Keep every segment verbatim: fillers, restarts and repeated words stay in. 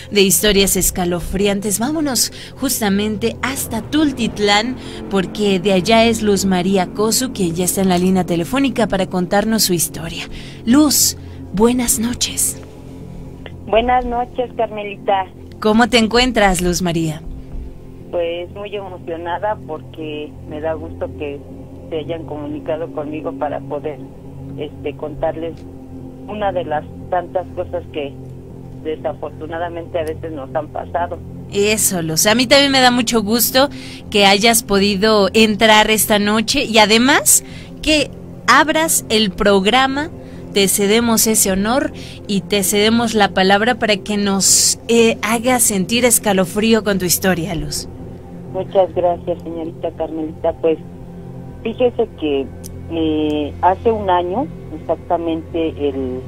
de historias escalofriantes. Vámonos justamente hasta Tultitlán, porque de allá es Luz María Cosu, que ya está en la línea telefónica para contarnos su historia. Luz, buenas noches. Buenas noches, Carmelita. ¿Cómo te encuentras, Luz María? Pues muy emocionada porque me da gusto que se hayan comunicado conmigo para poder este, contarles una de las tantas cosas que desafortunadamente a veces nos han pasado. Eso, Luz. A mí también me da mucho gusto que hayas podido entrar esta noche y además que abras el programa. Te cedemos ese honor y te cedemos la palabra para que nos eh, hagas sentir escalofrío con tu historia, Luz. Muchas gracias, señorita Carmelita. Pues fíjese que eh, hace un año, exactamente el,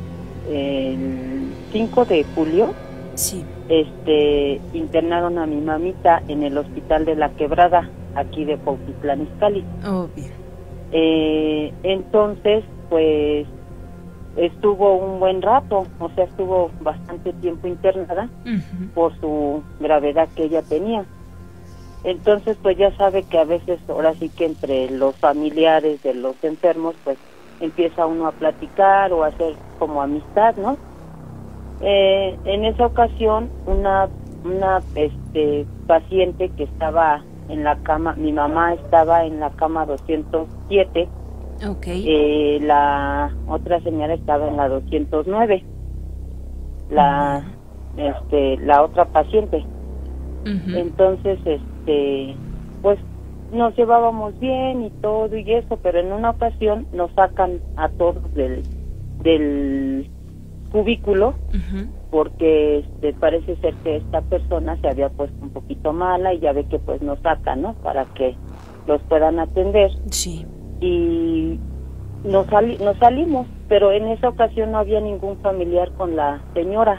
el cinco de julio, sí. este, internaron a mi mamita en el hospital de La Quebrada, aquí de Cuautitlán Izcalli. Oh, bien. Eh, entonces, pues, estuvo un buen rato, o sea, estuvo bastante tiempo internada uh-huh. por su gravedad que ella tenía. Entonces, pues ya sabe que a veces, ahora sí que entre los familiares de los enfermos, pues empieza uno a platicar o a hacer como amistad, ¿no? Eh, en esa ocasión, una una este paciente que estaba en la cama, mi mamá estaba en la cama doscientos siete, okay. eh, la otra señora estaba en la doscientos nueve, la, uh-huh. este, la otra paciente. Uh-huh. Entonces, este, pues nos llevábamos bien y todo y eso, pero en una ocasión nos sacan a todos del, del cubículo, uh-huh. porque este, parece ser que esta persona se había puesto un poquito mala y ya ve que pues nos sacan, ¿no? Para que los puedan atender. Sí. Y nos, sali nos salimos, pero en esa ocasión no había ningún familiar con la señora.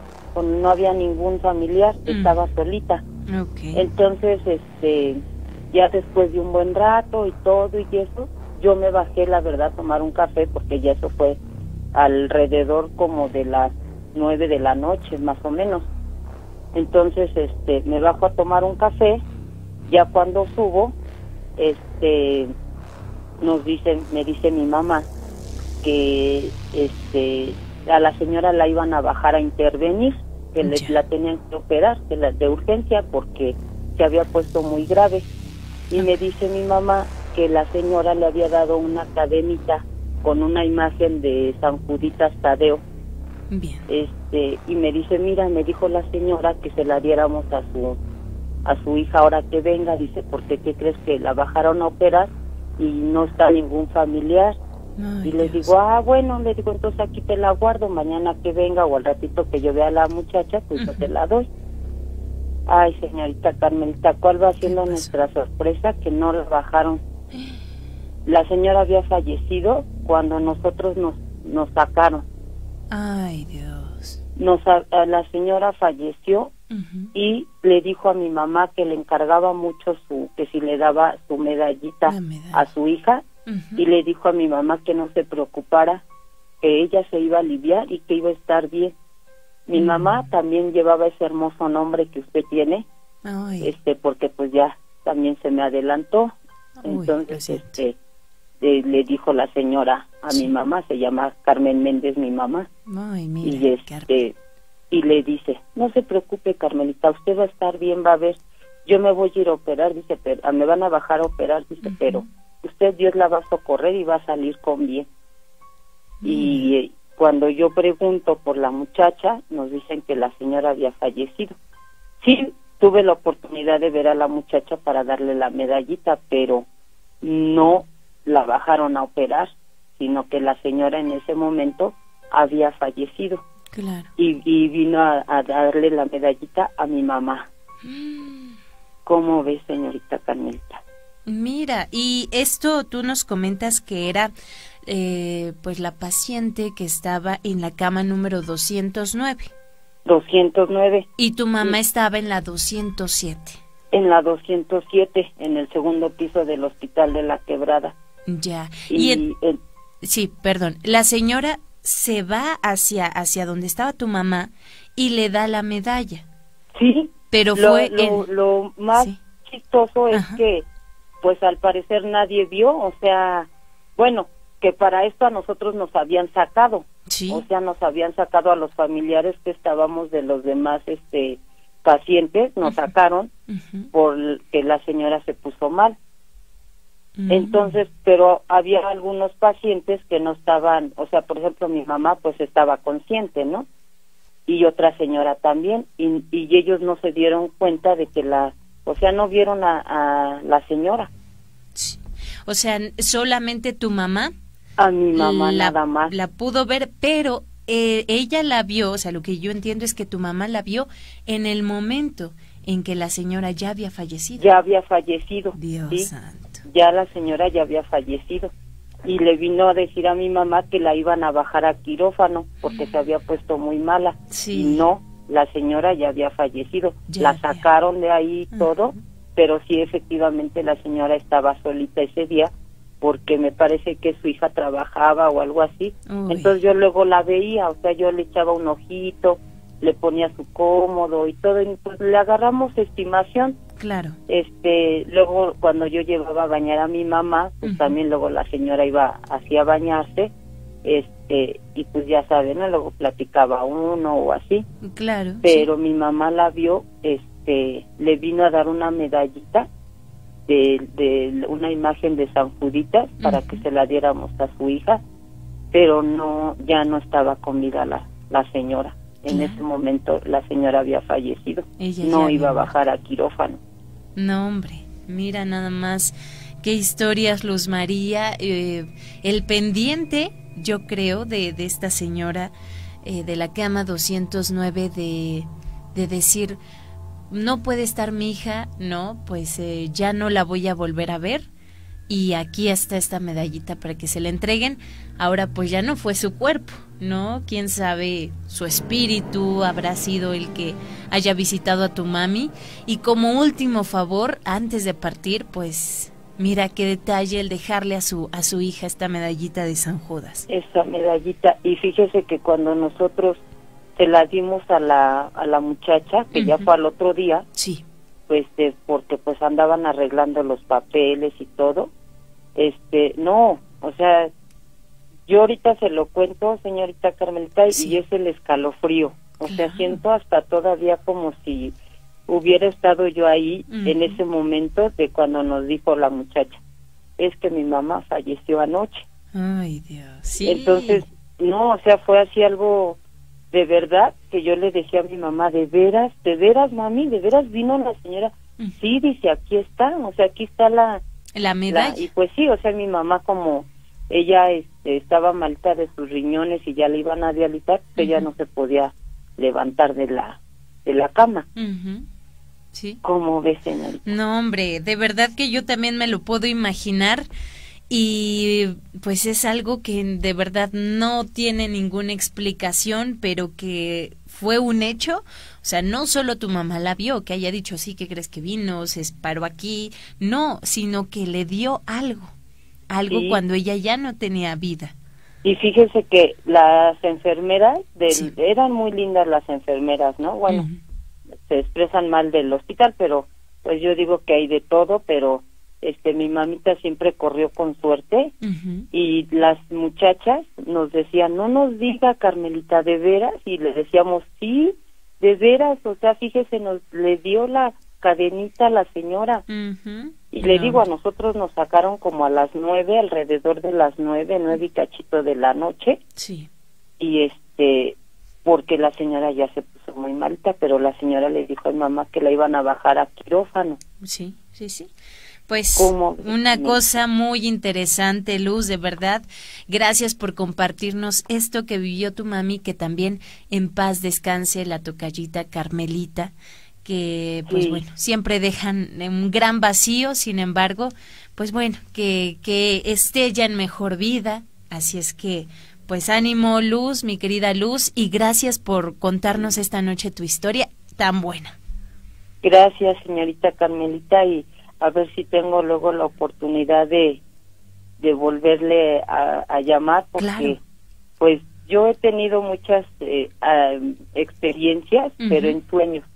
No había ningún familiar, mm. estaba solita. Okay. Entonces, este, ya después de un buen rato y todo y eso, yo me bajé, la verdad, a tomar un café, porque ya eso fue alrededor como de las nueve de la noche, más o menos. Entonces, este, me bajo a tomar un café. Ya cuando subo, este, nos dicen, me dice mi mamá que, este, a la señora la iban a bajar a intervenir, que le, la tenían que operar, que la, de urgencia, porque se había puesto muy grave. Y me dice mi mamá que la señora le había dado una cadenita con una imagen de San Juditas Tadeo. Bien. Este, y me dice, mira, me dijo la señora que se la diéramos a su a su hija ahora que venga. Dice, porque ¿qué crees? Que la bajaron a operar y no está ningún familiar. Ay, y les Dios. digo, ah, bueno, le digo, entonces aquí te la guardo, mañana que venga o al ratito que yo vea a la muchacha, pues uh-huh. yo te la doy. Ay, señorita Carmelita, ¿cuál va siendo nuestra sorpresa? Que no la bajaron. La señora había fallecido cuando nosotros nos, nos sacaron. Ay, Dios. Nos, a, a la señora falleció uh-huh. y le dijo a mi mamá que le encargaba mucho su, que si le daba su medallita a su hija. Uh-huh. Y le dijo a mi mamá que no se preocupara, que ella se iba a aliviar y que iba a estar bien. Mi uh-huh. mamá también llevaba ese hermoso nombre que usted tiene. Ay. este porque pues ya también se me adelantó. Uy, entonces este eh, le dijo la señora a sí. mi mamá, se llama Carmen Méndez mi mamá. Ay, mira, y este y le dice, no se preocupe, Carmelita, usted va a estar bien, va a ver, yo me voy a ir a operar, dice, pero me van a bajar a operar, dice, uh-huh. pero usted Dios la va a socorrer y va a salir con bien. Mm. Y eh, cuando yo pregunto por la muchacha, nos dicen que la señora había fallecido. Sí, tuve la oportunidad de ver a la muchacha para darle la medallita, pero no la bajaron a operar, sino que la señora en ese momento había fallecido. Claro. Y, y vino a, a darle la medallita a mi mamá. Mm. ¿Cómo ves, señorita Carmelita? Mira, y esto tú nos comentas que era eh, pues la paciente que estaba en la cama número doscientos nueve. doscientos nueve. Y tu mamá sí. estaba en la doscientos siete. En la doscientos siete, en el segundo piso del Hospital de La Quebrada. Ya. Y, y el, el, sí, perdón, la señora se va hacia, hacia donde estaba tu mamá y le da la medalla. Sí, pero lo, fue lo, en... lo más sí. chistoso es Ajá. que pues al parecer nadie vio, o sea, bueno, que para esto a nosotros nos habían sacado, sí. o sea, nos habían sacado a los familiares que estábamos de los demás este pacientes, nos uh-huh. sacaron uh-huh. porque la señora se puso mal. Uh-huh. Entonces, pero había algunos pacientes que no estaban, o sea, por ejemplo, mi mamá pues estaba consciente, ¿no? Y otra señora también, y, y ellos no se dieron cuenta de que la, o sea, no vieron a, a la señora. Sí. O sea, solamente tu mamá. A mi mamá la, nada más. La pudo ver, pero eh, ella la vio, o sea, lo que yo entiendo es que tu mamá la vio en el momento en que la señora ya había fallecido. Ya había fallecido. Dios ¿sí? santo. Ya la señora ya había fallecido. Y le vino a decir a mi mamá que la iban a bajar a quirófano porque se había puesto muy mala. Sí. Y no, la señora ya había fallecido. Ya la había. sacaron de ahí Uh-huh. todo, pero sí efectivamente la señora estaba solita ese día porque me parece que su hija trabajaba o algo así. Uy. Entonces yo luego la veía, o sea, yo le echaba un ojito, le ponía su cómodo y todo, y pues le agarramos estimación. Claro. Este, luego cuando yo llevaba a bañar a mi mamá, pues uh-huh. también luego la señora iba hacia bañarse, este, y pues ya saben, ¿no? Luego platicaba uno o así. Claro. Pero sí. mi mamá la vio, este, le vino a dar una medallita de, de una imagen de San Juditas para uh-huh. que se la diéramos a su hija, pero no, ya no estaba con vida la, la señora. En claro. ese momento la señora había fallecido. Ella no iba a había... bajar a quirófano. No, hombre, mira nada más qué historias, Luz María, eh, el pendiente, yo creo, de, de esta señora eh, de la cama doscientos nueve de, de decir, no puede estar mi hija, no, pues eh, ya no la voy a volver a ver, y aquí está esta medallita para que se la entreguen. Ahora pues ya no fue su cuerpo, ¿no? Quién sabe, su espíritu habrá sido el que haya visitado a tu mami. Y como último favor, antes de partir, pues mira qué detalle el dejarle a su a su hija esta medallita de San Judas. Esta medallita, y fíjese que cuando nosotros se la dimos a la a la muchacha, que uh-huh. ya fue al otro día, sí, pues eh, porque pues andaban arreglando los papeles y todo, este, no, o sea, yo ahorita se lo cuento, señorita Carmelita, sí. y es el escalofrío. O claro. sea, siento hasta todavía como si hubiera estado yo ahí uh-huh. en ese momento de cuando nos dijo la muchacha, es que mi mamá falleció anoche. Ay, Dios, sí. Entonces, no, o sea, fue así algo de verdad que yo le decía a mi mamá, ¿de veras, de veras, mami, de veras vino la señora? Uh-huh. Sí, dice, aquí está, o sea, aquí está la... La medalla. La, y pues sí, o sea, mi mamá como... ella este, estaba malita de sus riñones y ya le iban a dializar, uh-huh. ella no se podía levantar de la de la cama. Uh-huh. Sí. ¿Cómo ves, señorita? No, hombre, de verdad que yo también me lo puedo imaginar y pues es algo que de verdad no tiene ninguna explicación, pero que fue un hecho. O sea, no solo tu mamá la vio, que haya dicho, sí, ¿qué crees que vino? Se paró aquí. No, sino que le dio algo. Algo sí. cuando ella ya no tenía vida. Y fíjese que las enfermeras, del, sí. eran muy lindas las enfermeras, ¿no? Bueno, uh-huh. se expresan mal del hospital, pero pues yo digo que hay de todo, pero este mi mamita siempre corrió con suerte uh-huh. y las muchachas nos decían, no nos diga, Carmelita, ¿de veras? Y le decíamos, sí, de veras, o sea, fíjese, nos le dio la cadenita a la señora. Uh-huh. Y le no. digo, a nosotros nos sacaron como a las nueve, alrededor de las nueve, nueve y cachito de la noche. Sí. Y este, porque la señora ya se puso muy malita, pero la señora le dijo a mi mamá que la iban a bajar a quirófano. Sí, sí, sí. Pues ¿Cómo? una cosa muy interesante, Luz, de verdad. Gracias por compartirnos esto que vivió tu mami, que también en paz descanse la tocallita Carmelita, que pues sí. bueno, siempre dejan un gran vacío, sin embargo, pues bueno, que, que esté ya en mejor vida. Así es que, pues ánimo, Luz, mi querida Luz, y gracias por contarnos esta noche tu historia tan buena. Gracias, señorita Carmelita, y a ver si tengo luego la oportunidad de, de volverle a, a llamar, porque claro. pues yo he tenido muchas eh, uh, experiencias, uh-huh. pero en sueños.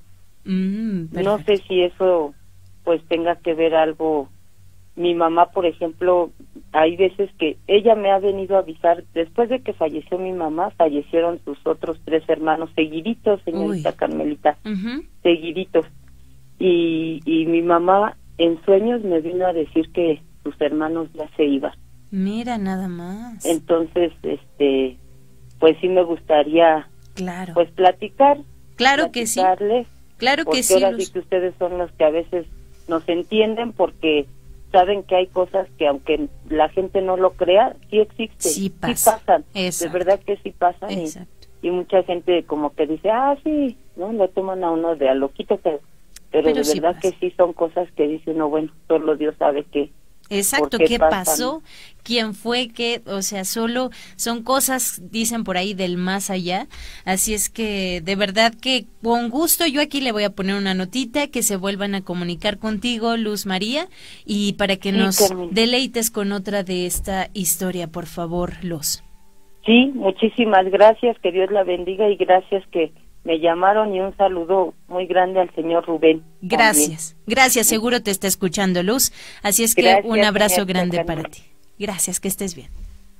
Mm, no sé si eso pues tenga que ver algo. Mi mamá, por ejemplo, hay veces que ella me ha venido a avisar, después de que falleció mi mamá, fallecieron sus otros tres hermanos seguiditos, señorita Uy. Carmelita, uh-huh. seguiditos. Y, y mi mamá en sueños me vino a decir que sus hermanos ya se iban. Mira, nada más. Entonces, este, pues sí me gustaría, claro, pues platicar. Claro que sí. Claro que sí. Porque ahora sí que ustedes son los que a veces nos entienden, porque saben que hay cosas que aunque la gente no lo crea, sí existen, sí, pasa. sí pasan, Exacto. De verdad que sí pasan. Exacto. Y, y mucha gente como que dice, ah, sí, ¿no? Lo toman a uno de a loquito, pero, pero, pero de sí verdad pasa. Que sí son cosas que dice uno, bueno, solo Dios sabe que. Exacto, qué, qué pasó, quién fue, qué, o sea, solo son cosas, dicen por ahí, del más allá, así es que de verdad que con gusto yo aquí le voy a poner una notita, que se vuelvan a comunicar contigo, Luz María, y para que sí, nos Carmen. deleites con otra de esta historia, por favor, Luz. Sí, muchísimas gracias, que Dios la bendiga y gracias que me llamaron y un saludo muy grande al señor Rubén. Gracias, también. Gracias, seguro te está escuchando, Luz. Así es que gracias, un abrazo grande para ti. Gracias, que estés bien.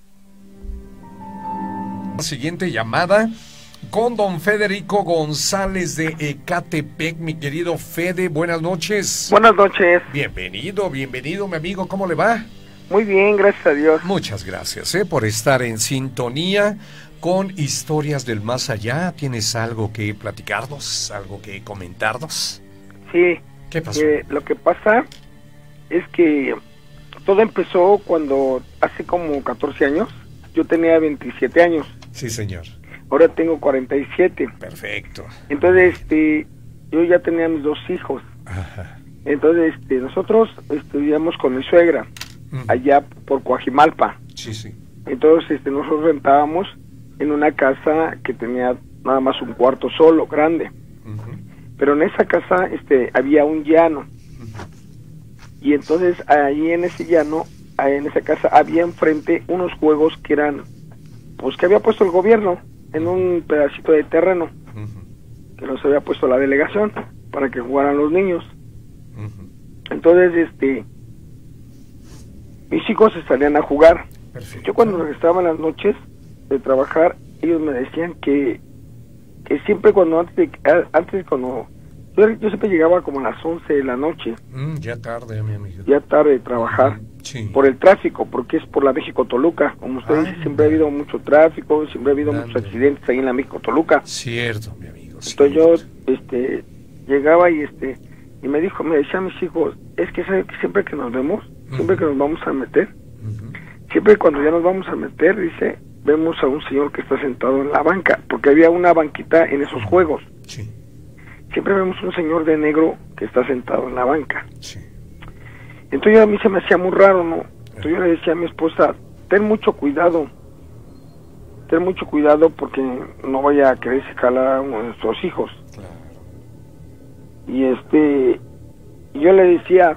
Siguiente llamada con don Federico González de Ecatepec. Mi querido Fede, buenas noches. Buenas noches. Bienvenido, bienvenido, mi amigo, ¿cómo le va? Muy bien, gracias a Dios. Muchas gracias eh, por estar en sintonía con Historias del Más Allá. ¿Tienes algo que platicarnos? ¿Algo que comentarnos? Sí. ¿Qué pasó? Eh, lo que pasa es que todo empezó cuando hace como catorce años, yo tenía veintisiete años. Sí, señor. Ahora tengo cuarenta y siete. Perfecto. Entonces, este, yo ya tenía mis dos hijos. Ajá. Entonces, este, nosotros estudiamos con mi suegra, uh-huh. allá por Coajimalpa. Sí, sí. Entonces, este, nosotros rentábamos en una casa que tenía nada más un cuarto solo, grande. Uh-huh. Pero en esa casa este, había un llano. Uh-huh. Y entonces ahí en ese llano, ahí en esa casa, había enfrente unos juegos que eran, pues que había puesto el gobierno en un pedacito de terreno. Uh-huh. Que los había puesto la delegación para que jugaran los niños. Uh-huh. Entonces, este, mis hijos salían a jugar. Perfecto. Yo cuando regresaba en las noches de trabajar, ellos me decían que que siempre cuando antes de, antes cuando yo, yo siempre llegaba como a las once de la noche, mm, ya tarde, mi amigo, ya tarde de trabajar, sí. por el tráfico, porque es por la México Toluca, como usted Ay, dice, siempre ha habido mucho tráfico, siempre ha habido grande. muchos accidentes ahí en la México Toluca. Cierto, mi amigo. Entonces cierto. yo este llegaba y este y me dijo, me decía a mis hijos, es que sabe que siempre que nos vemos, uh-huh. siempre que nos vamos a meter, uh-huh. siempre cuando ya nos vamos a meter, dice, vemos a un señor que está sentado en la banca, porque había una banquita en esos juegos. Sí. Siempre vemos un señor de negro que está sentado en la banca. Sí. Entonces a mí se me hacía muy raro, ¿no? Entonces yo le decía a mi esposa, ten mucho cuidado, ten mucho cuidado porque no vaya a quererse jalar a uno de nuestros hijos. Claro. Y este, yo le decía,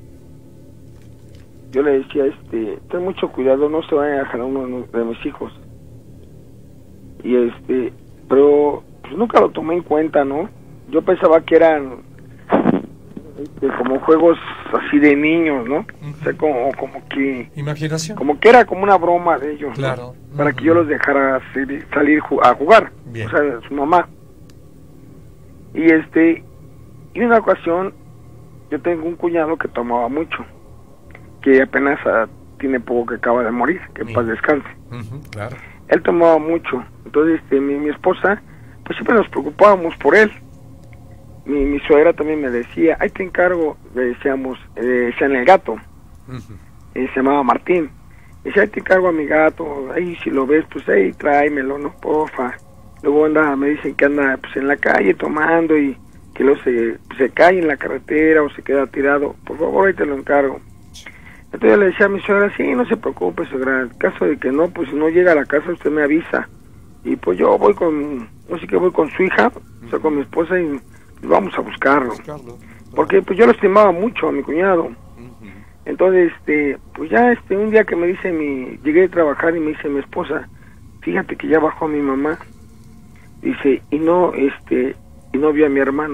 yo le decía, este, ten mucho cuidado, no se vaya a jalar uno de mis hijos. Y este, pero pues nunca lo tomé en cuenta, ¿no? Yo pensaba que eran este, como juegos así de niños, ¿no? Uh-huh. O sea, como, como que... Imaginación. Como que era como una broma de ellos, claro. ¿no? Para uh-huh. que yo los dejara salir, salir a jugar. Bien. O sea, su mamá. Y este, y una ocasión, yo tengo un cuñado que tomaba mucho, que apenas uh, tiene poco que acaba de morir, que en paz descanse. Uh-huh, claro. Él tomaba mucho, entonces este, mi, mi esposa, pues siempre nos preocupábamos por él. Mi, mi suegra también me decía, ahí te encargo, le decíamos, eh, decían el gato, uh-huh. eh, se llamaba Martín, decía, ahí te encargo a mi gato, ahí si lo ves, pues ahí tráemelo, no, porfa. Luego anda, me dicen que anda pues en la calle tomando y que luego se, se cae en la carretera o se queda tirado, por favor ahí te lo encargo. Entonces yo le decía a mi suegra, sí, no se preocupe, suegra, en caso de que no, pues si no llega a la casa usted me avisa. Y pues yo voy con, no sé qué, voy con su hija, o sea, con mi esposa y vamos a buscarlo. buscarlo. Porque pues yo lo estimaba mucho a mi cuñado. Uh-huh. Entonces, este, pues ya este, un día que me dice mi, llegué a trabajar y me dice mi esposa, fíjate que ya bajó mi mamá. Dice, y no, este, y no vio a mi hermano.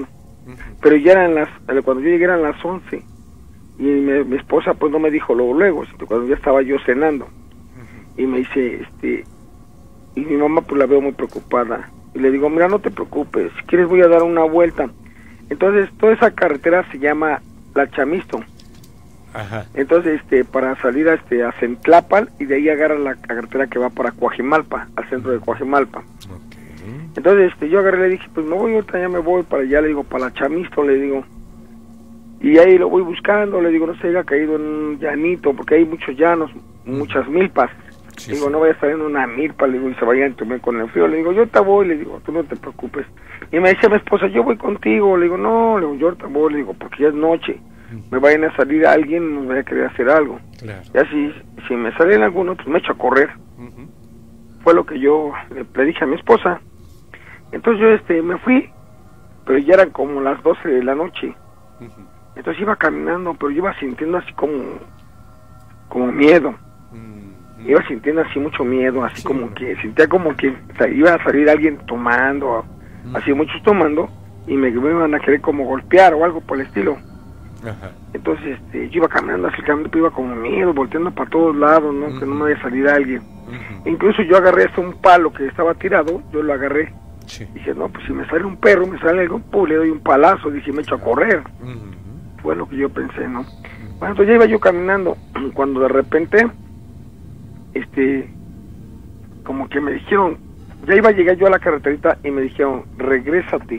Uh-huh. Pero ya eran las, cuando yo llegué eran las once. Y mi, mi esposa pues no me dijo luego, luego, sino cuando ya estaba yo cenando. Uh-huh. Y me dice, este, y mi mamá pues la veo muy preocupada. Y le digo, mira, no te preocupes, si quieres voy a dar una vuelta. Entonces, toda esa carretera se llama La Chamisto. Ajá. Entonces, este, para salir a, este, a Centlapan, y de ahí agarra la carretera que va para Coajimalpa, al centro de Coajimalpa. Okay. Entonces, este, yo agarré y le dije, pues me voy, ahorita ya me voy para allá, le digo, para La Chamisto, le digo. Y ahí lo voy buscando, le digo, no se haya caído en un llanito, porque hay muchos llanos, muchas milpas. Sí, digo, sí. No vaya a estar en una milpa, le digo, y se vaya a entumir con el frío. Le digo, yo ahorita voy, le digo, tú no te preocupes. Y me dice mi esposa, yo voy contigo. Le digo, no, le digo, yo ahorita voy, le digo, porque ya es noche. Me vayan a salir a alguien, nos vaya a querer hacer algo. Claro. Y así, si me salen algunos, pues me echo a correr. Uh-huh. Fue lo que yo le, le dije a mi esposa. Entonces yo este me fui, pero ya eran como las doce de la noche. Uh-huh. Entonces iba caminando, pero yo iba sintiendo así como, como miedo. Uh-huh. Iba sintiendo así mucho miedo, así sí, como ¿no? que sentía como que o sea, iba a salir alguien tomando, uh-huh. así muchos tomando, y me, me iban a querer como golpear o algo por el estilo. Ajá. Entonces este, yo iba caminando así, caminando, pero iba como miedo, volteando para todos lados, ¿no? Uh-huh. Que no me vaya a salir alguien. Uh-huh. Incluso yo agarré hasta un palo que estaba tirado, yo lo agarré. Sí. Dije, no, pues si me sale un perro, me sale algo, pues le doy un palazo, dije, me echo a correr. Uh-huh. Fue lo que yo pensé, ¿no? Bueno, entonces ya iba yo caminando, cuando de repente, este, como que me dijeron, ya iba a llegar yo a la carreterita y me dijeron, regrésate.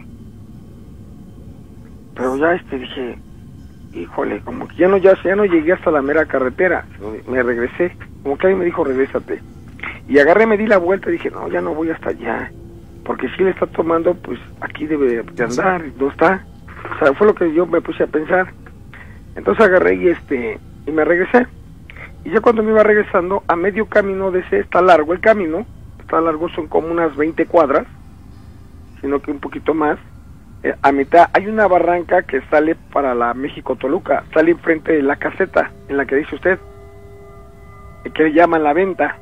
Pero ya este dije, híjole, como que ya no, ya, ya no llegué hasta la mera carretera, me regresé, como que alguien me dijo, regrésate. Y agarré, me di la vuelta y dije, no, ya no voy hasta allá, porque si le está tomando, pues aquí debe de andar, no está. O sea, fue lo que yo me puse a pensar. Entonces agarré y este, y me regresé. Y ya cuando me iba regresando, a medio camino de ese, está largo el camino, está largo, son como unas veinte cuadras, sino que un poquito más. A mitad hay una barranca que sale para la México-Toluca, sale enfrente de la caseta en la que dice usted, que le llaman La Venta.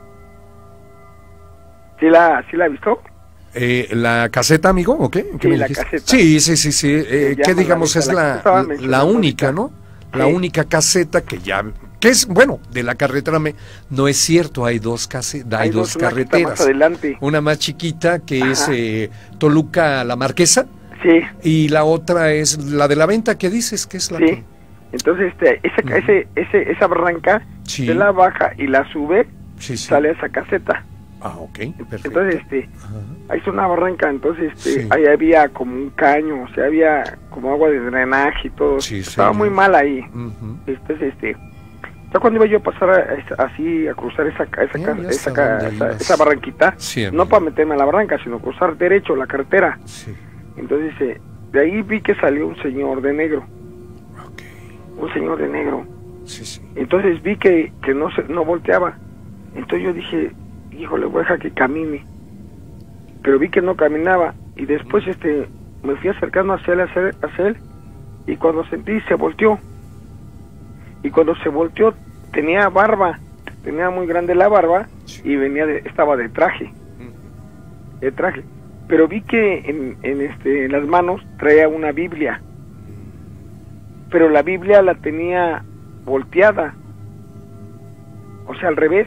¿Sí la, sí la ha visto? Eh, ¿La caseta, amigo, o qué? ¿Qué sí, me la dijiste? caseta. Sí, sí, sí, sí. Eh, que digamos la es la, la, la, la única, ¿no? Sí. La única caseta que ya... que es, bueno, de la carretera me, no es cierto, hay dos case, hay, hay dos, dos carreteras. Más adelante. Una más chiquita que Ajá. es eh, Toluca-La Marquesa. Sí. Y la otra es la de La Venta, ¿qué dices? ¿Qué es la Sí. que... Entonces, este, esa, uh-huh. ese, ese, esa barranca, sí. se la baja y la sube, sí, sí. sale a esa caseta. Ah, ok, perfecto. Entonces, este, uh-huh. ahí es una barranca, entonces, este, sí. ahí había como un caño, o sea, había como agua de drenaje y todo. Sí, Estaba sí, muy sí. mal ahí. Uh-huh. Entonces, este, ya cuando iba yo a pasar a, a, así, a cruzar esa, esa, yeah, esa, esa, esa, esa barranquita, sí, no para meterme a la barranca, sino cruzar derecho la carretera. Sí. Entonces, eh, de ahí vi que salió un señor de negro. Okay. Un señor de negro. Sí, sí. Entonces vi que, que no se, no volteaba. Entonces yo dije, híjole, voy a dejar que camine. Pero vi que no caminaba. Y después este me fui acercando hacia él, hacia él, hacia él. Y cuando sentí, se volteó. Y cuando se volteó, tenía barba. Tenía muy grande la barba. Sí. Y venía de, estaba de traje. Uh-huh. De traje. Pero vi que en, en, este, en las manos traía una Biblia, pero la Biblia la tenía volteada, o sea, al revés,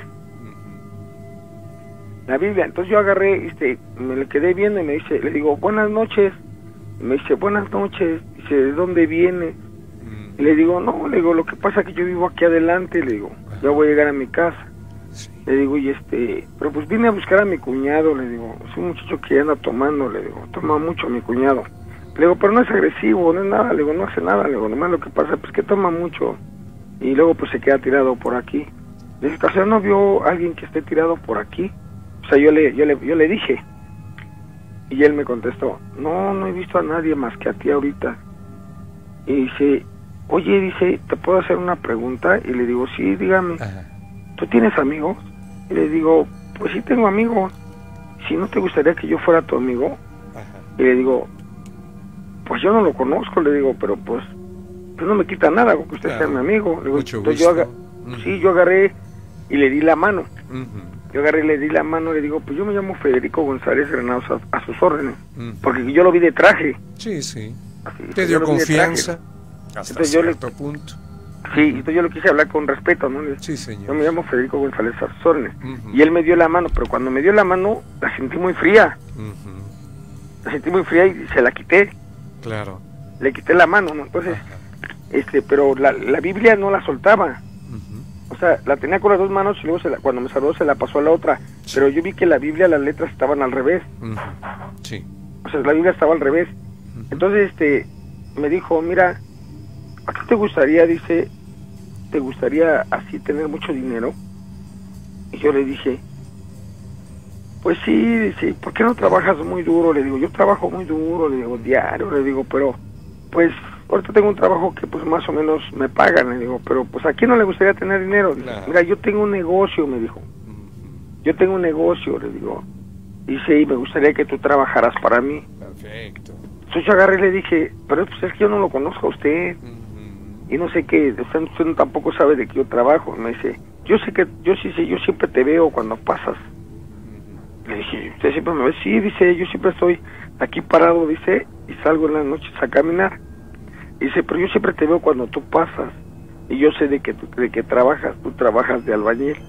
la Biblia. Entonces yo agarré, este, me le quedé viendo y me dice, le digo, buenas noches, y me dice, buenas noches, dice, ¿de dónde viene? Y le digo, no, le digo, lo que pasa es que yo vivo aquí adelante, le digo, ya voy a llegar a mi casa. Le digo, y este, pero pues vine a buscar a mi cuñado, le digo, es un muchacho que anda tomando, le digo, toma mucho mi cuñado. Le digo, pero no es agresivo, no es nada, le digo, no hace nada, le digo, nomás lo que pasa pues que toma mucho y luego pues se queda tirado por aquí. Le dije, o sea, ¿no vio a alguien que esté tirado por aquí? O sea, yo le, yo le, yo le dije, y él me contestó, no, no he visto a nadie más que a ti ahorita. Y dice, oye, dice, ¿te puedo hacer una pregunta? Y le digo, sí, dígame, Ajá. ¿tú tienes amigos? Y le digo, pues sí tengo amigos. Si no te gustaría que yo fuera tu amigo. Ajá. Y le digo, pues yo no lo conozco, le digo, pero pues, pues no me quita nada con que usted claro. sea mi amigo. Le digo, Mucho entonces gusto. yo aga uh-huh. sí, yo agarré y le di la mano. Uh-huh. Yo agarré y le di la mano, le digo, pues yo me llamo Federico González Granados a, a sus órdenes. Uh-huh. Porque yo lo vi de traje. Sí, sí. Así, ¿Te dio confianza? Hasta entonces cierto yo le, punto. Sí, entonces yo le quise hablar con respeto, ¿no? Sí, señor. Yo me llamo Federico González Arzórnes. Uh-huh. Y él me dio la mano, pero cuando me dio la mano, la sentí muy fría. Uh-huh. La sentí muy fría y se la quité. Claro. Le quité la mano, ¿no? Entonces, uh-huh. este, pero la, la Biblia no la soltaba. Uh-huh. O sea, la tenía con las dos manos y luego se la, cuando me saludó se la pasó a la otra. Sí. Pero yo vi que la Biblia, las letras estaban al revés. Uh-huh. Sí. O sea, la Biblia estaba al revés. Uh-huh. Entonces, este, me dijo, mira, ¿a qué te gustaría? Dice, ¿te gustaría así tener mucho dinero? Y yo le dije, pues sí, dice, ¿por qué no trabajas muy duro? Le digo, yo trabajo muy duro, le digo, diario, le digo, pero pues ahorita tengo un trabajo que pues más o menos me pagan, le digo, pero pues ¿a quién no le gustaría tener dinero? Dice, claro. Mira, yo tengo un negocio, me dijo, yo tengo un negocio, le digo, dice, y me gustaría que tú trabajaras para mí. Perfecto. Entonces yo agarré y le dije, pero pues es que yo no lo conozco a usted. Uh-huh. Y no sé qué, usted, usted tampoco sabe de qué yo trabajo. Me dice, yo sé que, yo sí sé, yo siempre te veo cuando pasas. Uh-huh. Le dije, ¿usted siempre me ve? Sí, dice, yo siempre estoy aquí parado, dice, y salgo en las noches a caminar. Dice, pero yo siempre te veo cuando tú pasas. Y yo sé de que, tú, de que trabajas, tú trabajas de albañil.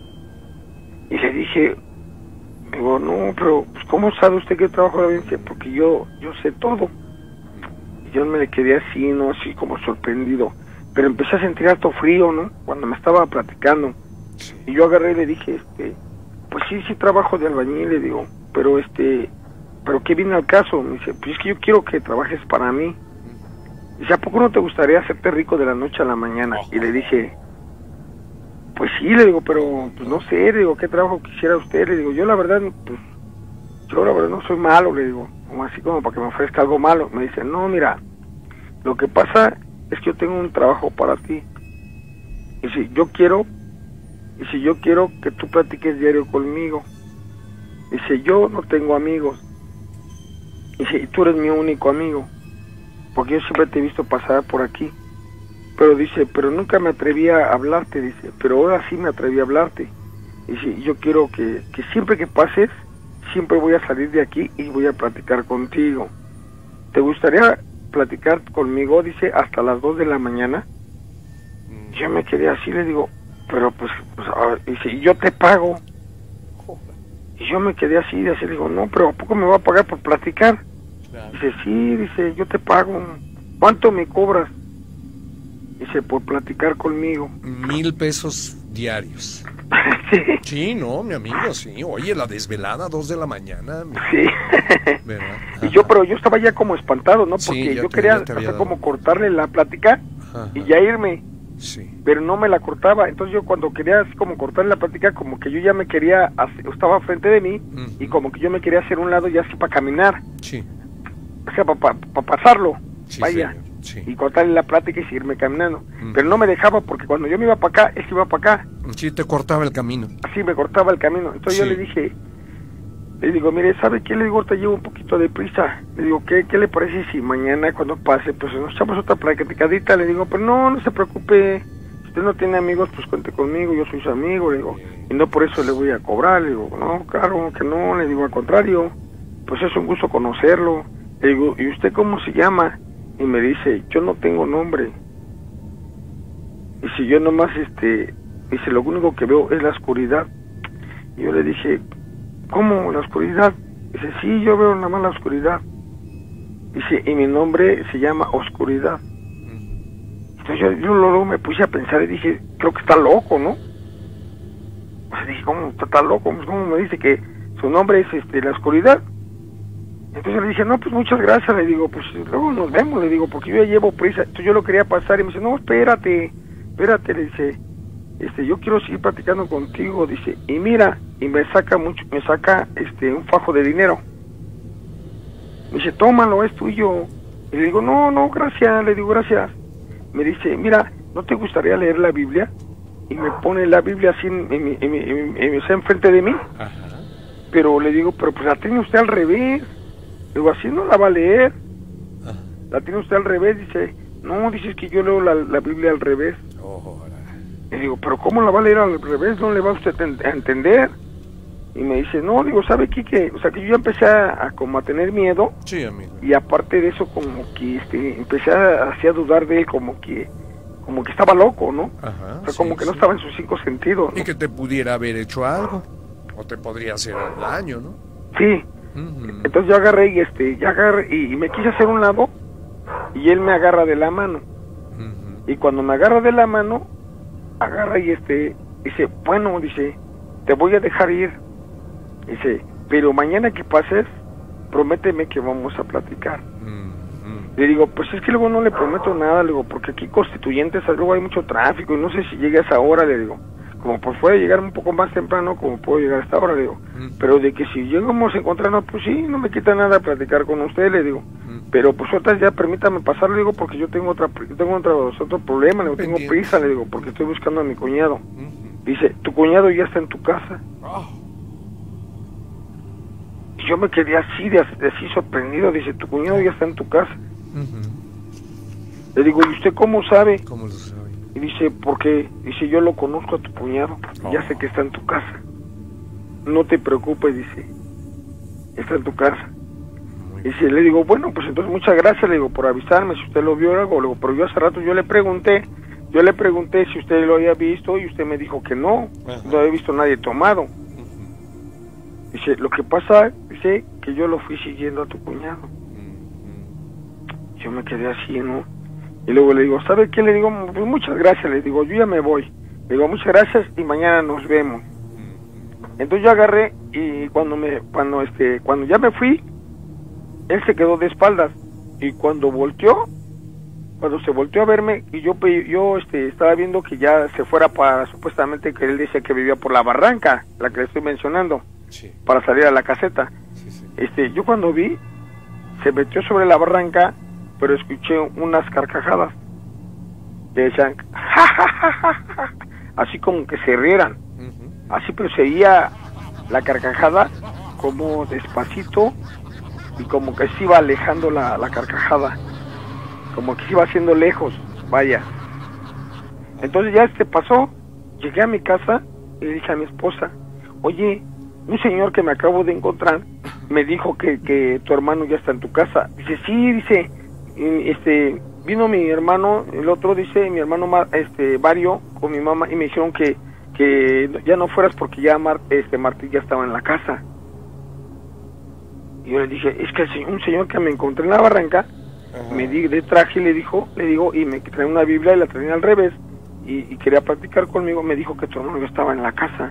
Y le dije, digo, no, pero pues, ¿cómo sabe usted que trabajo de albañil? Dice, porque yo, yo sé todo. Yo me le quedé así, ¿no? Así como sorprendido. Pero empecé a sentir harto frío, ¿no? Cuando me estaba platicando. Y yo agarré y le dije, este, pues sí, sí trabajo de albañil, le digo, pero este, pero ¿qué viene al caso? Me dice, pues es que yo quiero que trabajes para mí. Dice, ¿a poco no te gustaría hacerte rico de la noche a la mañana? Y le dije, pues sí, le digo, pero pues no sé, le digo, ¿qué trabajo quisiera usted? Le digo, yo la verdad, pues, yo la verdad no soy malo, le digo, como así como para que me ofrezca algo malo. Me dice, no, mira, lo que pasa es que yo tengo un trabajo para ti. Y si yo quiero, y si yo quiero que tú platiques diario conmigo. Dice, yo no tengo amigos. Dice, y tú eres mi único amigo, porque yo siempre te he visto pasar por aquí. Pero dice, pero nunca me atreví a hablarte, dice, pero ahora sí me atreví a hablarte. Dice, yo quiero que, que siempre que pases, siempre voy a salir de aquí y voy a platicar contigo. ¿Te gustaría platicar conmigo? Dice, hasta las dos de la mañana. Mm. Yo me quedé así, le digo, pero pues, pues a ver, dice, y yo te pago. Y yo me quedé así, así, le digo, no, pero ¿a poco me va a pagar por platicar? Claro. Dice, sí, dice, yo te pago. ¿Cuánto me cobras? Dice, por platicar conmigo. Mil pesos diarios. Sí. Sí, no, mi amigo, sí. Oye, la desvelada, dos de la mañana. Mi... Sí. Y yo, pero yo estaba ya como espantado, ¿no? Porque sí, yo te, quería o sea, como cortarle la plática. Ajá. Y ya irme. Sí. Pero no me la cortaba. Entonces yo cuando quería así como cortarle la plática, como que yo ya me quería, hacer, estaba frente de mí, uh-huh. Y como que yo me quería hacer un lado ya así para caminar. Sí. O sea, para pa, pa pasarlo. Sí, vaya. Señor. Sí. Y cortarle la plática y seguirme caminando. Mm. Pero no me dejaba porque cuando yo me iba para acá, él se iba para acá. Sí, te cortaba el camino. Así me cortaba el camino. Entonces sí. Yo le dije, le digo, mire, ¿sabe qué? Le digo, te llevo un poquito de prisa. Le digo, ¿qué, qué le parece si mañana cuando pase, pues nos echamos otra platicadita? Le digo, pero no, no se preocupe. Si usted no tiene amigos, pues cuente conmigo, yo soy su amigo. Le digo, y no por eso le voy a cobrar. Le digo, no, claro que no. Le digo, al contrario, pues es un gusto conocerlo. Le digo, ¿y usted cómo se llama? Y me dice, yo no tengo nombre. Y si yo nomás, este, dice, lo único que veo es la oscuridad. Y yo le dije, ¿cómo la oscuridad? Dice, sí, yo veo nada más la oscuridad. Dice, y mi nombre se llama Oscuridad. Entonces yo, yo luego me puse a pensar y dije, creo que está loco, ¿no? O sea, dije, ¿cómo está tan loco? ¿Cómo me dice que su nombre es este la oscuridad? Entonces le dije, no, pues muchas gracias, le digo, pues luego nos vemos, le digo, porque yo ya llevo prisa. Entonces yo lo quería pasar y me dice, no, espérate, espérate, le dice, este, yo quiero seguir platicando contigo, dice, y mira, y me saca mucho, me saca este un fajo de dinero. Me dice, tómalo, es tuyo. Y le digo, no, no, gracias, le digo, gracias. Me dice, mira, ¿no te gustaría leer la Biblia? Y me pone la Biblia así en, en, en, en, en, en, en enfrente de mí. Ajá. Pero le digo, pero pues la tiene usted al revés. Digo, así no la va a leer. Ah. La tiene usted al revés. Dice, no, dices que yo leo la, la Biblia al revés. Oh, y digo, pero ¿cómo la va a leer al revés? No le va a usted a entender. Y me dice, no, digo, ¿sabe qué? Que, o sea, que yo ya empecé a, a como a tener miedo. Sí, amigo. Y aparte de eso, como que este, empecé a, así a dudar de él, como que como que estaba loco, ¿no? Ajá, o sea, sí, como que sí. no estaba en sus cinco sentidos, ¿no? Y que te pudiera haber hecho algo, o te podría hacer daño, ¿no? Sí. Uh-huh. Entonces yo agarré y este, ya agarré y, y me quise hacer un lado y él me agarra de la mano. Uh-huh. Y cuando me agarra de la mano, agarra y este, dice, bueno, dice, te voy a dejar ir. Dice, pero mañana que pases, prométeme que vamos a platicar. Uh-huh. Le digo, pues es que luego no le prometo nada, le digo, porque aquí Constituyentes, luego hay mucho tráfico y no sé si llegue a esa hora, le digo. Como pues puede llegar un poco más temprano, como puedo llegar a esta hora, le digo. Uh-huh. Pero de que si llegamos a encontrarnos, pues sí, no me quita nada platicar con usted, le digo. Uh-huh. Pero pues ahorita ya permítame pasar, le digo, porque yo tengo otra, tengo otro, otro problema, le digo, tengo prisa, le digo, porque estoy buscando a mi cuñado. Uh-huh. Dice, ¿tu cuñado ya está en tu casa? Oh. Y yo me quedé así, de, de así sorprendido, dice, ¿tu cuñado ya está en tu casa? Uh-huh. Le digo, ¿y usted cómo sabe? ¿Cómo lo sabe? Y dice, porque, dice, yo lo conozco a tu cuñado, oh. ya sé que está en tu casa. No te preocupes, dice, está en tu casa. Y dice, le digo, bueno, pues entonces muchas gracias, le digo, por avisarme, si usted lo vio o algo, le digo, pero yo hace rato yo le pregunté, yo le pregunté si usted lo había visto y usted me dijo que no, uh-huh. no había visto a nadie tomado. Uh-huh. Dice, lo que pasa, dice, que yo lo fui siguiendo a tu cuñado. Uh-huh. Yo me quedé así, ¿no? Y luego le digo, ¿sabe qué? Le digo, pues muchas gracias, le digo, yo ya me voy. Le digo, muchas gracias y mañana nos vemos. Entonces yo agarré y cuando me, cuando este, cuando ya me fui, él se quedó de espaldas. Y cuando volteó, cuando se volteó a verme, y yo yo este estaba viendo que ya se fuera para, supuestamente que él decía que vivía por la barranca, la que le estoy mencionando, sí. para salir a la caseta. Sí, sí. Este, yo cuando vi, se metió sobre la barranca, pero escuché unas carcajadas que decían ja, ja, ja, ja, ja, así como que se rieran, uh-huh. así, pero se oía la carcajada como despacito y como que se iba alejando la, la carcajada, como que se iba haciendo lejos, vaya. Entonces ya este pasó, llegué a mi casa y le dije a mi esposa, oye, un señor que me acabo de encontrar me dijo que, que tu hermano ya está en tu casa. Dice, sí, dice, este, vino mi hermano, el otro, dice, mi hermano este Mario con mi mamá, y me dijeron que, que ya no fueras porque ya Mar, este Martín ya estaba en la casa. Y yo le dije, es que el señor, un señor que me encontré en la barranca, uh-huh. me di de traje y le dijo, le digo, y me trae una Biblia y la traía al revés, y, y quería practicar conmigo, me dijo que tu hermano ya estaba en la casa.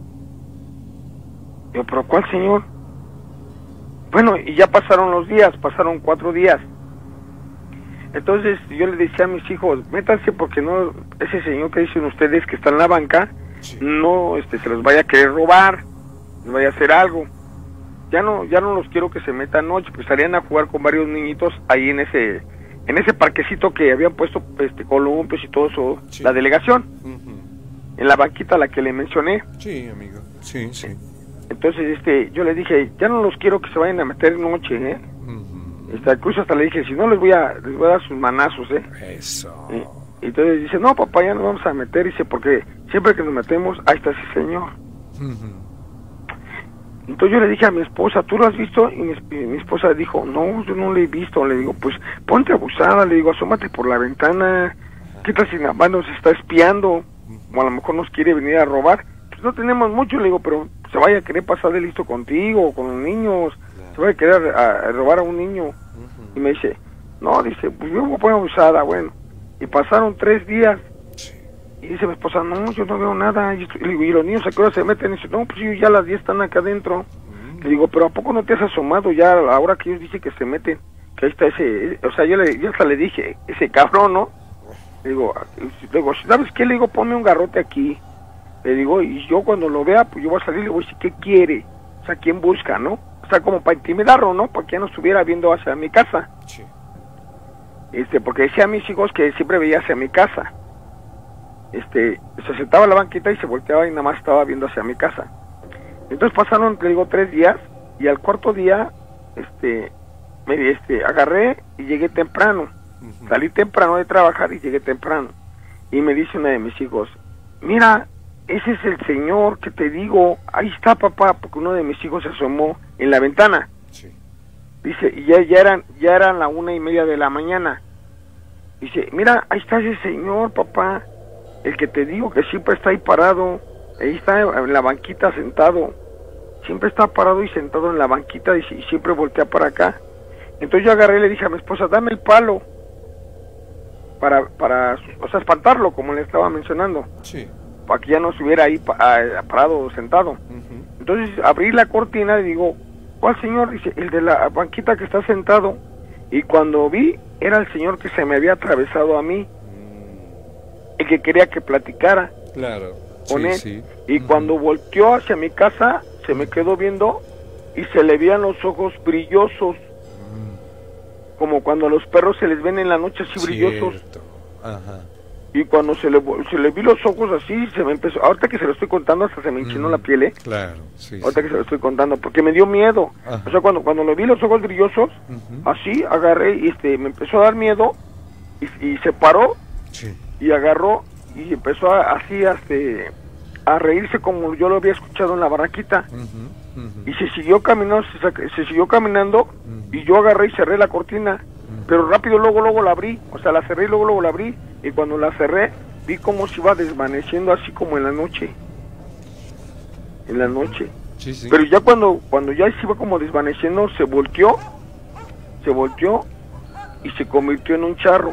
Yo, pero ¿cuál señor? Bueno, y ya pasaron los días, pasaron cuatro días. Entonces yo le decía a mis hijos, métanse porque no, ese señor que dicen ustedes que está en la banca, sí. no este se los vaya a querer robar, les vaya a hacer algo. Ya no, ya no los quiero que se metan noche, pues salían a jugar con varios niñitos ahí en ese, en ese parquecito que habían puesto este columpios y todo eso, sí. la delegación, uh-huh. en la banquita a la que le mencioné. Sí, amigo, sí, sí. Entonces este, yo le dije, ya no los quiero que se vayan a meter noche, ¿eh? Uh-huh. Este, incluso hasta le dije, si no les voy a, les voy a dar sus manazos, ¿eh? Eso. Y, y entonces dice, no papá, ya nos vamos a meter, dice, porque siempre que nos metemos, ahí está ese señor. Uh-huh. Entonces yo le dije a mi esposa, ¿tú lo has visto? Y mi, y mi esposa dijo, no, yo no lo he visto. Le digo, pues ponte abusada, le digo, asómate por la ventana, ¿qué tal si nada más nos está espiando? O a lo mejor nos quiere venir a robar. Pues no tenemos mucho, le digo, pero se vaya a querer pasar de listo contigo, con los niños, se vaya a querer a, a robar a un niño. Uh-huh. Y me dice, no, dice, pues yo me pongo abusada, bueno. Y pasaron tres días. Y dice mi esposa, no, yo no veo nada. Y, y, y los niños a qué hora se meten. Y dice, no, pues ya las diez están acá adentro. Mm. Le digo, pero ¿a poco no te has asomado ya ahora que ellos dicen que se meten? Que ahí está ese, o sea, yo, le, yo hasta le dije, ese cabrón, ¿no? Le digo, le digo, ¿sabes qué? Le digo, ponme un garrote aquí. Le digo, y yo cuando lo vea, pues yo voy a salir y le voy a decir, ¿qué quiere? O sea, ¿quién busca, no? O sea, como para intimidarlo, ¿no? Para que ya no estuviera viendo hacia mi casa. Sí. Este, porque decía a mis hijos que siempre veía hacia mi casa. Este, se sentaba en la banquita y se volteaba y nada más estaba viendo hacia mi casa. Entonces pasaron, te digo, tres días, y al cuarto día, este, me, este, agarré y llegué temprano. Uh-huh. Salí temprano de trabajar y llegué temprano. Y me dice uno de mis hijos, mira, ese es el señor que te digo, ahí está papá, porque uno de mis hijos se asomó en la ventana. Sí. Dice, y ya, ya eran, ya eran la una y media de la mañana. Dice, mira, ahí está ese señor, papá, el que te digo que siempre está ahí parado, ahí está en la banquita sentado, siempre está parado y sentado en la banquita, dice, y siempre voltea para acá. Entonces yo agarré y le dije a mi esposa, dame el palo, para, para, o sea, espantarlo, como le estaba mencionando. Sí. Para que ya no estuviera ahí pa, a, parado o sentado. Uh-huh. Entonces abrí la cortina y digo, ¿cuál señor? Dice, el de la banquita que está sentado. Y cuando vi, era el señor que se me había atravesado a mí, mm. el que quería que platicara. Claro. Con sí, él. Sí. Y Uh-huh. cuando volteó hacia mi casa, se me quedó viendo y se le veían los ojos brillosos, mm. como cuando a los perros se les ven en la noche así brillosos. Cierto. Ajá. Y cuando se le, se le vi los ojos así, se me empezó, ahorita que se lo estoy contando, hasta se me enchinó mm, la piel, ¿eh? Claro, sí. Ahorita sí. que se lo estoy contando, porque me dio miedo. Ajá. O sea, cuando cuando le vi los ojos brillosos, uh-huh. así, agarré y este, me empezó a dar miedo, y, y se paró, sí. y agarró, y empezó a, así, este, a reírse como yo lo había escuchado en la barraquita. Uh-huh. Uh-huh. Y se siguió caminando, se, se siguió caminando, uh-huh. y yo agarré y cerré la cortina. Pero rápido luego luego la abrí, o sea, la cerré y luego luego la abrí, y cuando la cerré vi cómo se iba desvaneciendo así como en la noche, en la noche. Sí, sí. Pero ya cuando cuando ya se iba como desvaneciendo, se volteó, se volteó y se convirtió en un charro.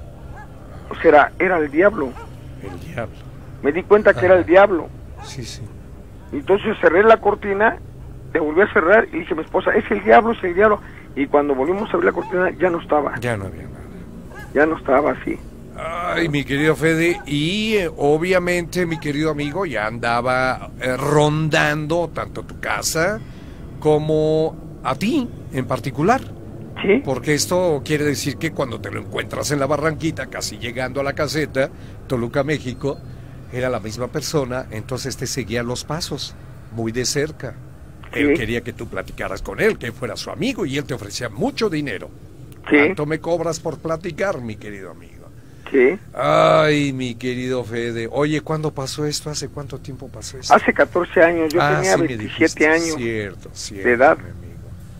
O sea, era, era el diablo. El diablo. Me di cuenta que ah. era el diablo. Sí, sí. Entonces cerré la cortina, le volví a cerrar y dije a mi esposa, es el diablo, es el diablo. Y cuando volvimos a abrir la cortina, ya no estaba. Ya no había nada. Ya no estaba así. Ay, mi querido Fede, y eh, obviamente, mi querido amigo, ya andaba eh, rondando tanto tu casa como a ti en particular. Sí. Porque esto quiere decir que cuando te lo encuentras en la Barranquita, casi llegando a la caseta, Toluca, México, era la misma persona, entonces te seguía los pasos, muy de cerca. Sí. Él quería que tú platicaras con él, que fuera su amigo, y él te ofrecía mucho dinero. Sí. ¿Cuánto me cobras por platicar, mi querido amigo? Sí. Ay, mi querido Fede. Oye, ¿cuándo pasó esto? ¿Hace cuánto tiempo pasó esto? Hace catorce años, yo ah, tenía sí, veintisiete años cierto, cierto, de edad. Mi amigo.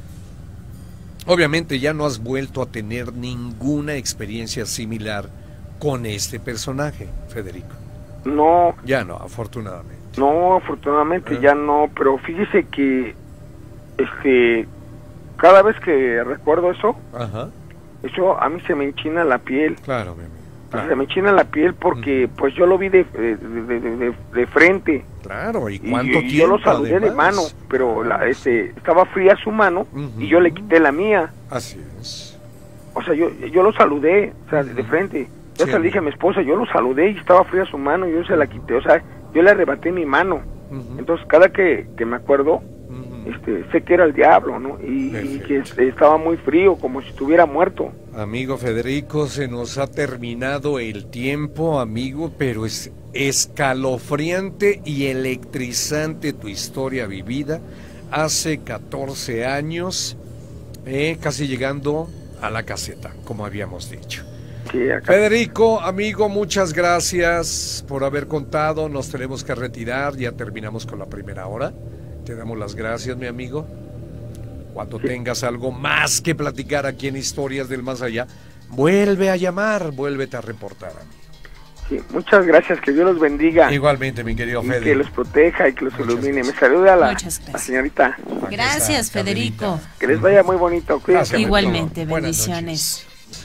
Obviamente ya no has vuelto a tener ninguna experiencia similar con este personaje, Federico. No. Ya no, afortunadamente. No, afortunadamente ¿Eh? ya no, pero fíjese que este cada vez que recuerdo eso, Ajá. eso a mí se me enchina la piel. Claro, mi amigo. Claro. Se me enchina la piel porque uh-huh. pues yo lo vi de, de, de, de, de frente. Claro, ¿y cuánto y, tiempo? Y yo lo saludé además? de mano, pero la, este, estaba fría su mano uh-huh. y yo le quité la mía. Así es. O sea, yo, yo lo saludé, o sea, uh-huh. de frente. Yo sí, se le dije a mi esposa, yo lo saludé y estaba fría su mano y yo se la quité, o sea, yo le arrebaté mi mano. Uh-huh. Entonces, cada que, que me acuerdo, uh-huh. este, sé que era el diablo, ¿no? Y, y que este, estaba muy frío, como si estuviera muerto. Amigo Federico, se nos ha terminado el tiempo, amigo, pero es escalofriante y electrizante tu historia vivida hace catorce años, eh, casi llegando a la caseta, como habíamos dicho. Sí, Federico, amigo, muchas gracias por haber contado. Nos tenemos que retirar, ya terminamos con la primera hora. Te damos las gracias, mi amigo. Cuando sí. tengas algo más que platicar aquí en Historias del Más Allá, vuelve a llamar, vuélvete a reportar, amigo. Sí, muchas gracias, que Dios los bendiga. Igualmente, mi querido Fede. Que los proteja y que los muchas ilumine. Gracias. Me saluda la, la señorita. Gracias, está, Federico. Que les vaya muy bonito. Gracias, igualmente, bendiciones.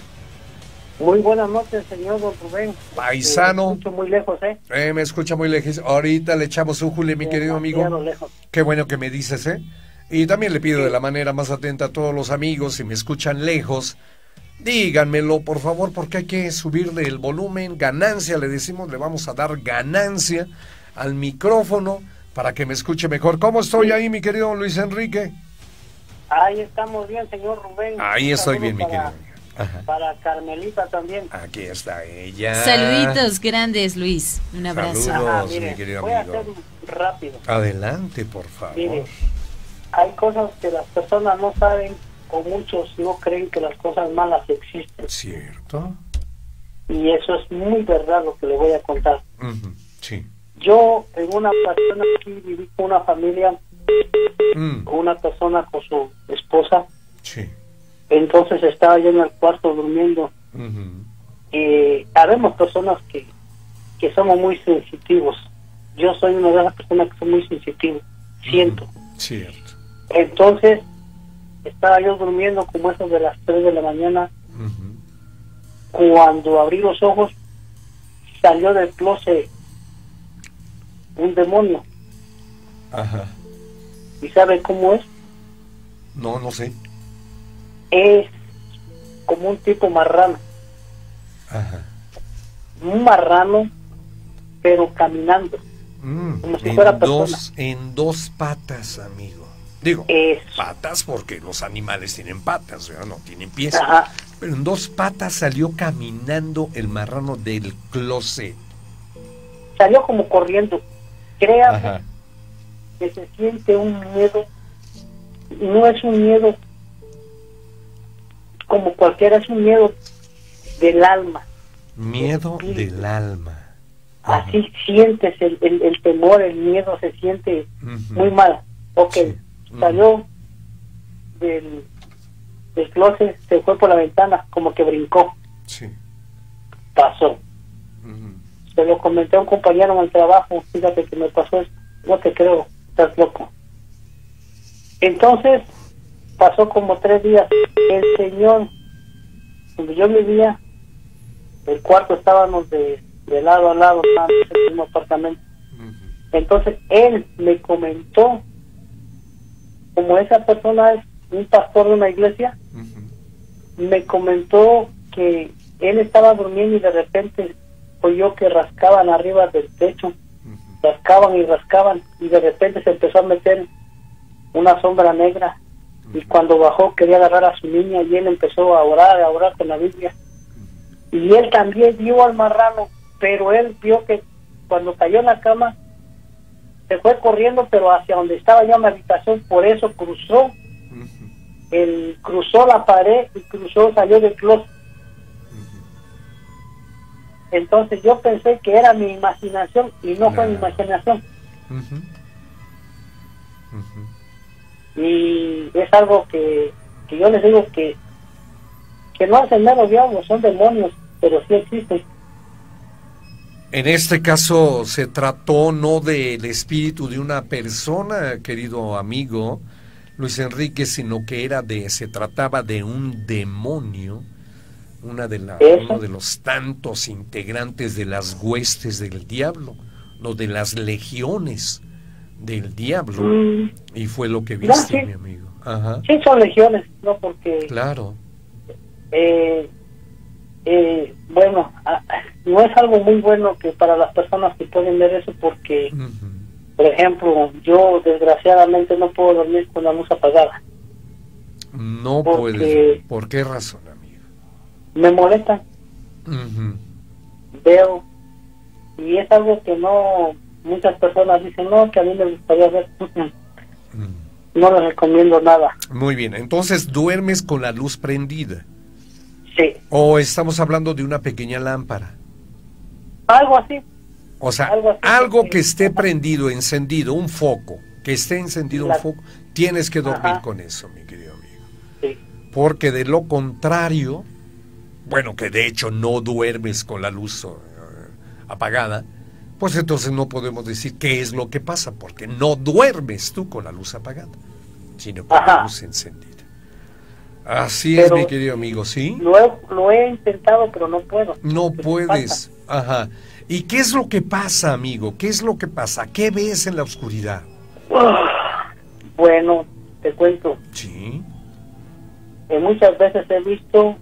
Muy buenas noches, señor Don Rubén. Paisano. Me escucho muy lejos, ¿eh? ¿eh? Me escucha muy lejos. Ahorita le echamos un jule, mi querido amigo. Lejos. Qué bueno que me dices, ¿eh? Y también le pido de la manera más atenta a todos los amigos, si me escuchan lejos, díganmelo, por favor, porque hay que subirle el volumen, ganancia, le decimos, le vamos a dar ganancia al micrófono para que me escuche mejor. ¿Cómo estoy sí. ahí, mi querido Luis Enrique? Ahí estamos bien, señor Rubén. Ahí estoy bien, mi querido. Ajá. Para Carmelita también. Aquí está ella. Saluditos grandes, Luis. Un abrazo. Saludos, Ajá, mire, mi querido voy amigo. a hacer rápido. Adelante, por favor. Mire, hay cosas que las personas no saben o muchos no creen que las cosas malas existen. Cierto. Y eso es muy verdad lo que le voy a contar. Uh-huh. Sí. yo en una ocasión aquí viví con una familia, Mm. con una persona con su esposa. Sí. Entonces estaba yo en el cuarto durmiendo. Uh-huh. Y habemos personas que, que somos muy sensitivos. Yo soy una de las personas que son muy sensitivos. Siento. Uh-huh. Cierto. Entonces estaba yo durmiendo como eso de las tres de la mañana. Uh-huh. Cuando abrí los ojos, salió del closet un demonio. Ajá. ¿Y sabe cómo es? No, no sé. Es como un tipo marrano. Ajá. Un marrano, pero caminando. Mm, como si en fuera dos, persona. en dos patas, amigo. Digo, Eso. patas porque los animales tienen patas, ¿verdad? No tienen pies. Ajá. Pero en dos patas salió caminando el marrano del closet. Salió como corriendo. Créame Ajá. que se siente un miedo. No es un miedo como cualquiera, es un miedo del alma. Miedo del alma. Ajá. Así sientes el, el, el temor, el miedo, se siente uh-huh. muy mal. Ok, sí. uh-huh. Salió del, del closet, se fue por la ventana, como que brincó. Sí. Pasó. Uh-huh. Se lo comenté a un compañero en el trabajo, fíjate que me pasó esto. No te creo, estás loco. Entonces, pasó como tres días. El señor, donde yo vivía, el cuarto estábamos de, de lado a lado, en el mismo apartamento. Uh-huh. Entonces, él me comentó, como esa persona es un pastor de una iglesia, uh-huh. me comentó que él estaba durmiendo y de repente oyó que rascaban arriba del techo, uh-huh. rascaban y rascaban, y de repente se empezó a meter una sombra negra. Y cuando bajó quería agarrar a su niña y él empezó a orar, a orar con la Biblia. Y él también vio al marrano, pero él vio que cuando cayó en la cama se fue corriendo, pero hacia donde estaba yo en la habitación, por eso cruzó, uh-huh. él cruzó la pared y cruzó, salió del closet. Uh-huh. Entonces yo pensé que era mi imaginación y no, no. fue mi imaginación. Uh-huh. Uh-huh. Y es algo que, que yo les digo que que no hacen nada, diablos, son demonios, pero sí existen. En este caso se trató no del espíritu de una persona, querido amigo Luis Enrique, sino que era de, se trataba de un demonio, una de la, uno de los tantos integrantes de las huestes del diablo, no de las legiones del diablo, mm. y fue lo que viste, no, sí. mi amigo. Ajá. Sí, son legiones, no porque... Claro. Eh, eh, bueno, a, no es algo muy bueno que para las personas que pueden ver eso porque, uh-huh. por ejemplo, yo desgraciadamente no puedo dormir con la luz apagada. No puedes. ¿Por qué razón, amigo? Me molesta. Uh-huh. Veo, y es algo que no... Muchas personas dicen, no, que a mí me gustaría ver. Mm. No les recomiendo nada. Muy bien, entonces duermes con la luz prendida. Sí. ¿O estamos hablando de una pequeña lámpara? Algo así. O sea, algo, así algo que, que esté prendido, encendido, un foco, que esté encendido la... un foco, tienes que dormir Ajá. con eso, mi querido amigo. Sí. Porque de lo contrario, bueno, que de hecho no duermes con la luz uh, apagada, pues entonces no podemos decir qué es lo que pasa, porque no duermes tú con la luz apagada, sino con Ajá. la luz encendida. Así pero es, mi querido amigo, ¿sí? Lo he, lo he intentado, pero no puedo. No puedes, ajá. ¿Y qué es lo que pasa, amigo? ¿Qué es lo que pasa? ¿Qué ves en la oscuridad? Bueno, te cuento. Sí. Que muchas veces he visto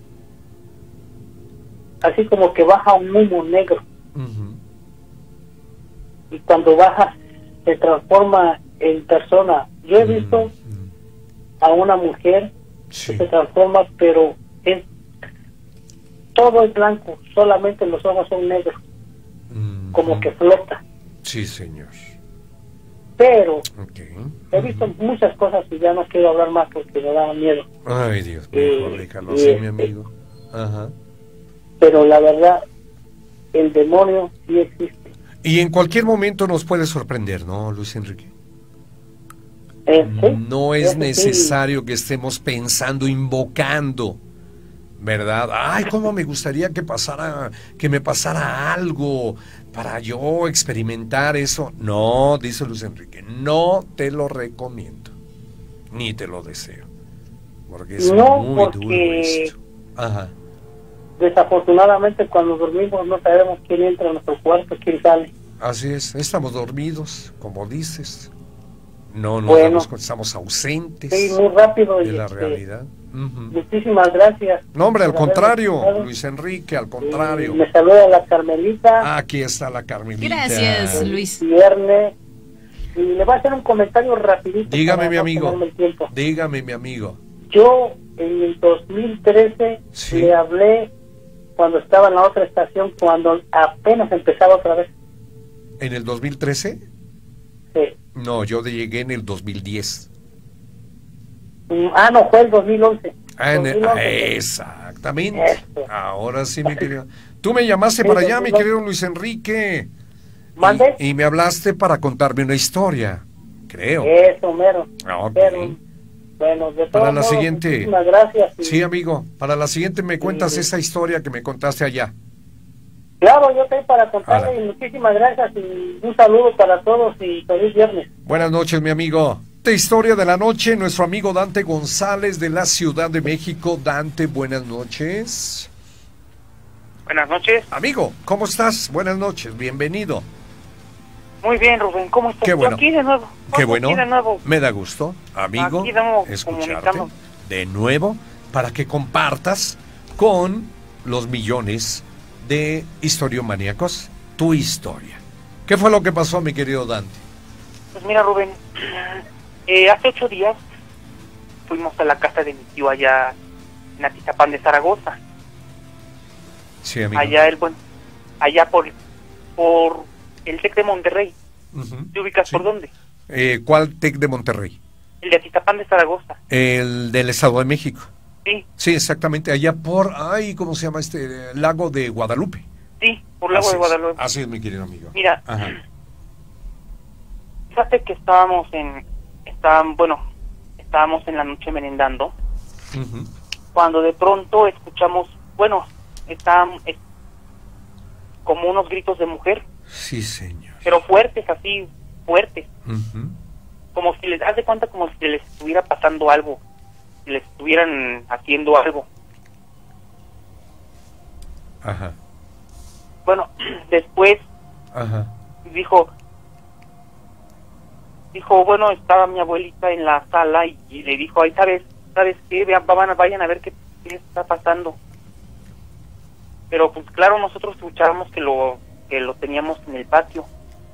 así como que baja un humo negro. Uh-huh. Y cuando baja se transforma en persona. Yo he visto mm, a una mujer sí. que se transforma, pero es todo es blanco, solamente los ojos son negros, mm, como mm. que flota. Sí, señor. Pero okay. he visto mm. muchas cosas y ya no quiero hablar más porque me da miedo. Ay, Dios mío, eh, déjalo así, mi amigo. Ajá. Pero la verdad, el demonio sí existe. Y en cualquier momento nos puede sorprender, ¿no, Luis Enrique? Eh, ¿sí? No es Sí, necesario sí. que estemos pensando, invocando, ¿verdad? Ay, cómo me gustaría que pasara, que me pasara algo para yo experimentar eso. No, dice Luis Enrique, no te lo recomiendo, ni te lo deseo, porque es No, muy porque duro esto. Ajá. Desafortunadamente cuando dormimos no sabemos quién entra a nuestro cuarto, quién sale. Así es, estamos dormidos, como dices. No nos Bueno. damos cuenta, estamos ausentes Sí, muy rápido. de y, la este, realidad. Ujú. Muchísimas gracias. No, hombre, al por haberme contrario, escuchado. Luis Enrique, al Y contrario. me saluda la Carmelita. Aquí está la Carmelita. Gracias, el Luis. Viernes. Y le voy a hacer un comentario rapidito. Dígame, para mi no amigo. tomarme el tiempo. Dígame, mi amigo. Yo en el dos mil trece Sí. le hablé cuando estaba en la otra estación, cuando apenas empezaba otra vez. ¿En el dos mil trece? Sí. No, yo llegué en el dos mil diez. Mm, Ah, no, fue el dos mil once. Ah, en el- dos mil once, ah, sí. exactamente. Eso. Ahora sí, mi querido. Tú me llamaste Sí, para dos allá, mil mi once. querido Luis Enrique. ¿Mande? Y, y me hablaste para contarme una historia, creo. Eso, mero. Ah, ok. Pero, bueno, de Para todos la modos, siguiente. muchísimas gracias. y- Sí, amigo. Para la siguiente me cuentas Sí. esa historia que me contaste allá. Claro, yo estoy para contarle Ahora. y muchísimas gracias y un saludo para todos y feliz viernes. Buenas noches, mi amigo. Esta historia de la noche, nuestro amigo Dante González de la Ciudad de México. Dante, buenas noches. Buenas noches. Amigo, ¿cómo estás? Buenas noches, bienvenido. Muy bien, Rubén. ¿Cómo estás? Qué Yo bueno. Aquí de nuevo. Qué Aquí bueno, de nuevo. me da gusto, amigo, Aquí estamos escucharte comunicando. de nuevo para que compartas con los millones de historiomaníacos tu historia. ¿Qué fue lo que pasó, mi querido Dante? Pues mira, Rubén. eh, hace ocho días fuimos a la casa de mi tío allá en Atizapán de Zaragoza. Sí, amigo. Allá el buen, allá por por el Tec de Monterrey. Ujú. ¿Te ubicas Sí. por dónde? Eh, ¿Cuál Tec de Monterrey? El de Atizapán de Zaragoza. El del Estado de México. Sí, Sí, exactamente, allá por, ay, ¿cómo se llama este? Lago de Guadalupe. sí, por Lago Así de es, Guadalupe. Así es, mi querido amigo. Mira, Ajá. fíjate que estábamos en, estaban, bueno, estábamos en la noche merendando, Ujú. cuando de pronto escuchamos, bueno, estaban es- como unos gritos de mujer, Sí, señor. pero fuertes, así, fuertes, Ujú. como si les, haz de cuenta como si les estuviera pasando algo, si les estuvieran haciendo algo. Ajá, Bueno, después ajá. dijo, dijo, bueno, estaba mi abuelita en la sala y, y le dijo, ay, ¿sabes, sabes qué? Vean, vayan, vayan a ver qué, qué está pasando. Pero pues claro, nosotros escuchábamos que lo que lo teníamos en el patio.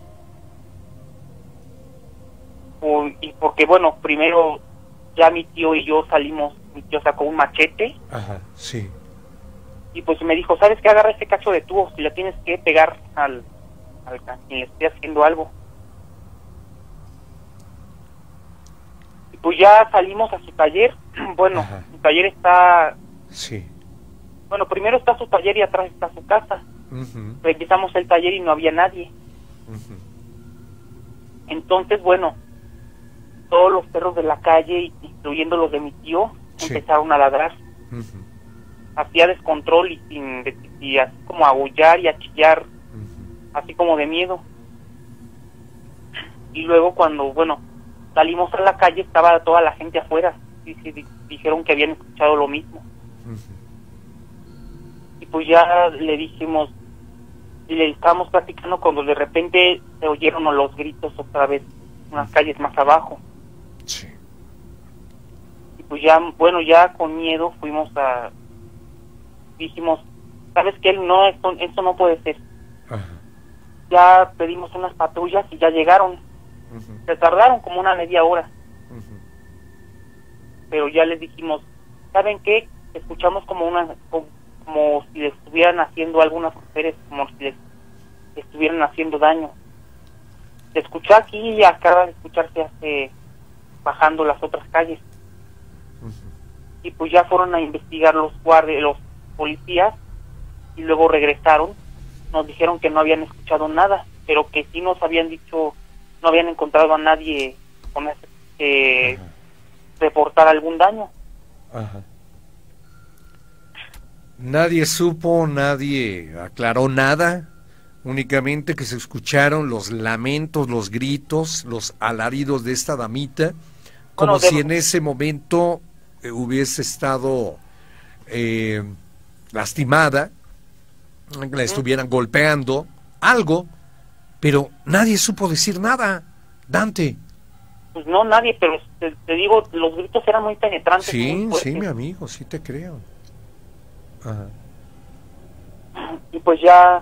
O- y porque bueno, primero ya mi tío y yo salimos, mi tío sacó un machete Ajá, sí. y pues me dijo, ¿sabes qué? Agarra este cacho de tubo, si le tienes que pegar al, al a quien le esté haciendo algo. Y pues ya salimos a su taller. Bueno, Ajá. su taller está, Sí. bueno, primero está su taller y atrás está su casa. Ujú, Revisamos el taller y no había nadie. ujú. Entonces, bueno, todos los perros de la calle, incluyendo los de mi tío, Sí. empezaron a ladrar. Ujú, Hacía descontrol y, sin, y así como a aullar y a chillar, ujú. así como de miedo. Y luego cuando, bueno, salimos a la calle, estaba toda la gente afuera. Y, sí, di- dijeron que habían escuchado lo mismo. Ujú. Y pues ya le dijimos, y le estábamos platicando cuando de repente se oyeron los gritos otra vez, unas calles más abajo. Sí. Y pues ya, bueno, ya con miedo fuimos a, dijimos, ¿sabes qué? No, esto, esto no puede ser. Ajá. Ya pedimos unas patrullas y ya llegaron. Ujú, Se tardaron como una media hora, ujú. pero ya les dijimos, ¿saben qué? Escuchamos como una, como, como si les estuvieran haciendo algunas mujeres, como si les estuvieran haciendo daño. Se escuchó aquí y acaba de escucharse hace, bajando las otras calles. Ujú. Y pues ya fueron a investigar los guardias, los policías, y luego regresaron, nos dijeron que no habían escuchado nada, pero que sí nos habían dicho, no habían encontrado a nadie con ese, que eh, reportar algún daño. Ajá. Nadie supo, nadie aclaró nada, únicamente que se escucharon los lamentos, los gritos, los alaridos de esta damita, como bueno, de... si en ese momento eh, hubiese estado eh, lastimada, la estuvieran ¿Mm? golpeando, algo, pero nadie supo decir nada, Dante. Pues no, nadie, pero te, te digo, los gritos eran muy penetrantes. Sí, muy sí, mi amigo, sí te creo. Ajá. Y pues ya,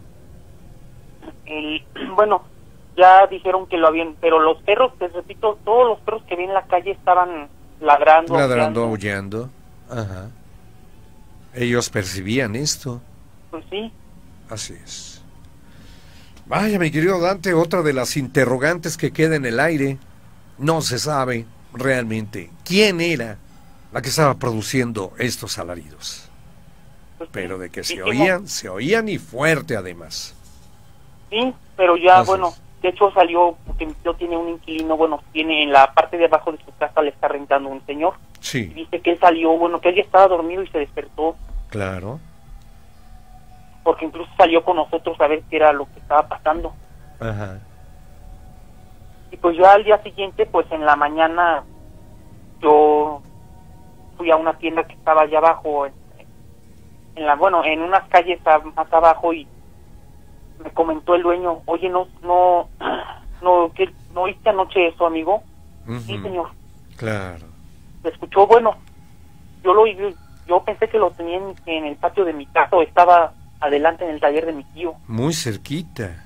el, bueno, ya dijeron que lo habían, pero los perros, te repito, todos los perros que vi en la calle estaban ladrando. Ladrando, aullando. Ajá. Ellos percibían esto. Pues sí. Así es. Vaya, mi querido Dante, otra de las interrogantes que queda en el aire. No se sabe realmente quién era la que estaba produciendo estos alaridos. Pues pero sí, de que se oían, se oían y fuerte además. Sí, pero ya, Así bueno, es. De hecho salió, porque mi tío tiene un inquilino, bueno, tiene en la parte de abajo de su casa, le está rentando un señor. Sí. Y dice que él salió, bueno, que él ya estaba dormido y se despertó. Claro. Porque incluso salió con nosotros a ver qué era lo que estaba pasando. Ajá. Y pues ya al día siguiente, pues en la mañana, yo fui a una tienda que estaba allá abajo, en, en la, bueno, en unas calles más abajo, y me comentó el dueño, oye, no, no, no, ¿qué, no oíste anoche eso, amigo? Uh-huh. Sí, señor. Claro. Se escuchó, bueno, yo lo oí, yo pensé que lo tenía en, en el patio de mi casa, o estaba adelante en el taller de mi tío. Muy cerquita.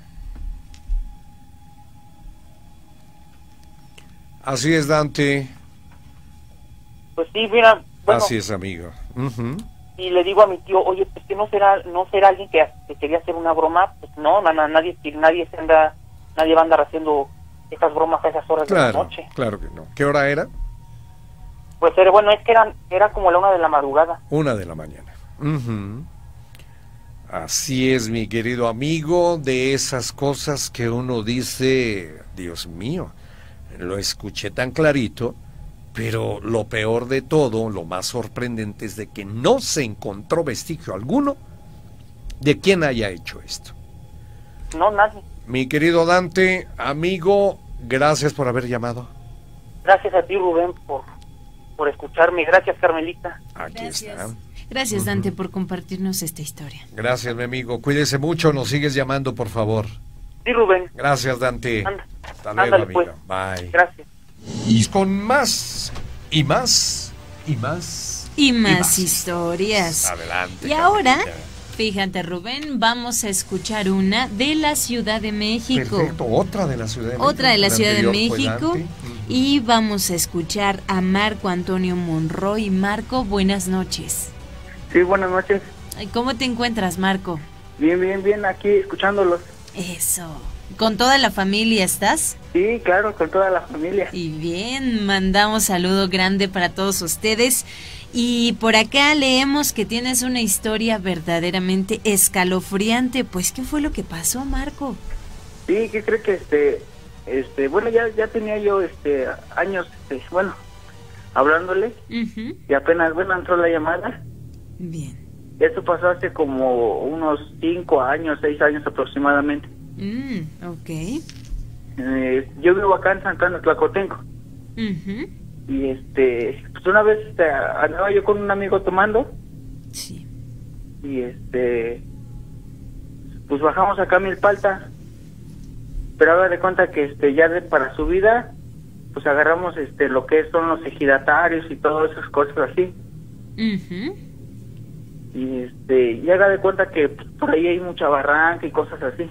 Así es, Dante. Pues sí, mira, bueno. Así es, amigo. Uh-huh. Y le digo a mi tío, oye, pues que no será, no será alguien que, que quería hacer una broma. Pues no, na, na, nadie, nadie se anda, nadie va a andar haciendo estas bromas a esas horas claro, de la noche. Claro que no. ¿Qué hora era? Pues era, bueno, es que eran, era como la una de la madrugada. Una de la mañana. Uh-huh. Así es, mi querido amigo, de esas cosas que uno dice, Dios mío, lo escuché tan clarito, pero lo peor de todo, lo más sorprendente es de que no se encontró vestigio alguno de quién haya hecho esto. No, nadie. Mi querido Dante, amigo, gracias por haber llamado. Gracias a ti, Rubén, por, por escucharme. Gracias, Carmelita. Aquí Gracias. está. Gracias, Dante, uh-huh. por compartirnos esta historia. Gracias, mi amigo. Cuídese mucho, nos sigues llamando, por favor. Sí, Rubén. Gracias, Dante. Anda. Hasta luego, Ándale, amigo. Pues. Bye. Gracias. Y con más, y más, y más, y más, y más historias. Adelante. Y Carmelita. Ahora, fíjate, Rubén, vamos a escuchar una de la Ciudad de México. Perfecto, otra de la Ciudad de México. Otra de la Ciudad de México. Y vamos a escuchar a Marco Antonio Monroy. Marco, buenas noches. Sí, buenas noches. ¿Cómo te encuentras, Marco? Bien, bien, bien, aquí escuchándolos. Eso. ¿Con toda la familia estás? Sí, claro, con toda la familia. Y bien, mandamos saludo grande para todos ustedes. Y por acá leemos que tienes una historia verdaderamente escalofriante. Pues, ¿qué fue lo que pasó, Marco? Sí, ¿qué cree que este, este, bueno, ya, ya tenía yo, este, años, este, bueno, hablándole, uh-huh. y apenas, bueno, entró la llamada. Bien. Esto pasó hace como unos cinco años, seis años aproximadamente. Mm, ok. Eh, yo vivo acá en Santana, Tlacotenco. Uh-huh. Y este, pues una vez este, andaba yo con un amigo tomando. Sí. Y este, pues bajamos acá a Milpalta. Pero haga de cuenta que este, ya de, para subida, pues agarramos este, lo que son los ejidatarios y todas esas cosas así. Uh-huh. Y este, y haga de cuenta que pues, por ahí hay mucha barranca y cosas así.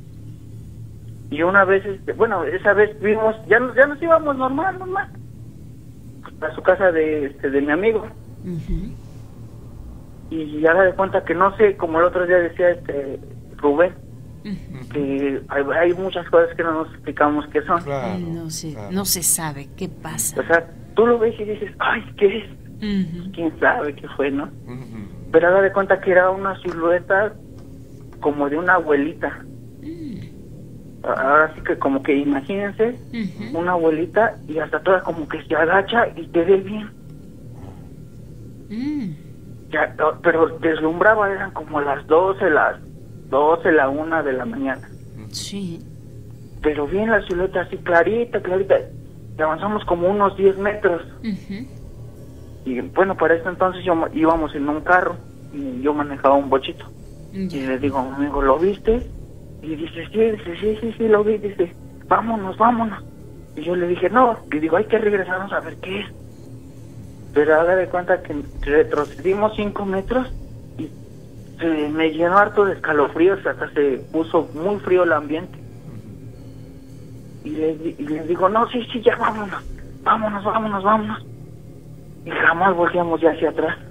Y una vez, este, bueno, esa vez vimos, ya nos, ya nos íbamos normal, normal, a su casa de, este, de mi amigo. Uh-huh. Y haga de cuenta que no sé, como el otro día decía este Rubén, uh-huh. que hay, hay muchas cosas que no nos explicamos qué son. Claro, no se, claro. no se sabe qué pasa. O sea, tú lo ves y dices, ay, ¿qué es? Uh-huh. ¿Quién sabe qué fue, no? Uh-huh. Pero haga de cuenta que era una silueta como de una abuelita. Uh-huh. ahora sí que como que imagínense, uh-huh. una abuelita y hasta toda como que se agacha y te ve bien. Mm. Ya, pero deslumbraba, eran como las doce, las doce, la una de la mañana. Sí. Pero bien la silueta así clarita, clarita. Y avanzamos como unos diez metros. Uh-huh. Y bueno, para eso entonces yo íbamos en un carro y yo manejaba un bochito. Yeah. Y le digo a mi amigo, ¿lo viste? Y dice, sí, dice, sí, sí, sí, lo vi. Dice, vámonos, vámonos. Y yo le dije, no. Y digo, hay que regresarnos a ver qué es. Pero haga de cuenta que retrocedimos cinco metros y se me llenó harto de escalofríos, hasta se puso muy frío el ambiente. Y le, y le digo, no, sí, sí, ya vámonos, vámonos, vámonos, vámonos. Y jamás volvíamos ya hacia atrás.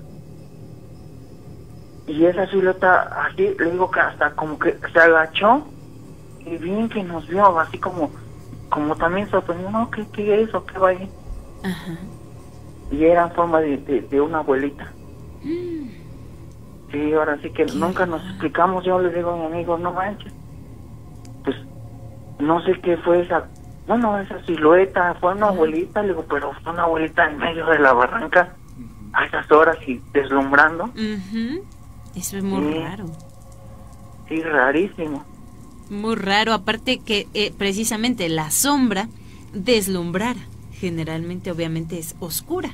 Y esa silueta, así, le digo que hasta como que se agachó y bien que nos vio, así como como también sorprendió, no, ¿qué, qué es o qué va ahí? Ajá. Y era en forma de, de, de una abuelita. Mm. Sí, ahora sí que ¿Qué? Nunca nos explicamos. Yo le digo a mi amigo, no manches, pues no sé qué fue esa, bueno, esa silueta, fue una abuelita, le digo, pero fue una abuelita en medio de la barranca, uh-huh. a esas horas y deslumbrando. Uh-huh. Eso es muy sí. raro. Sí, rarísimo. Muy raro, aparte que eh, precisamente la sombra deslumbrara. Generalmente, obviamente, es oscura.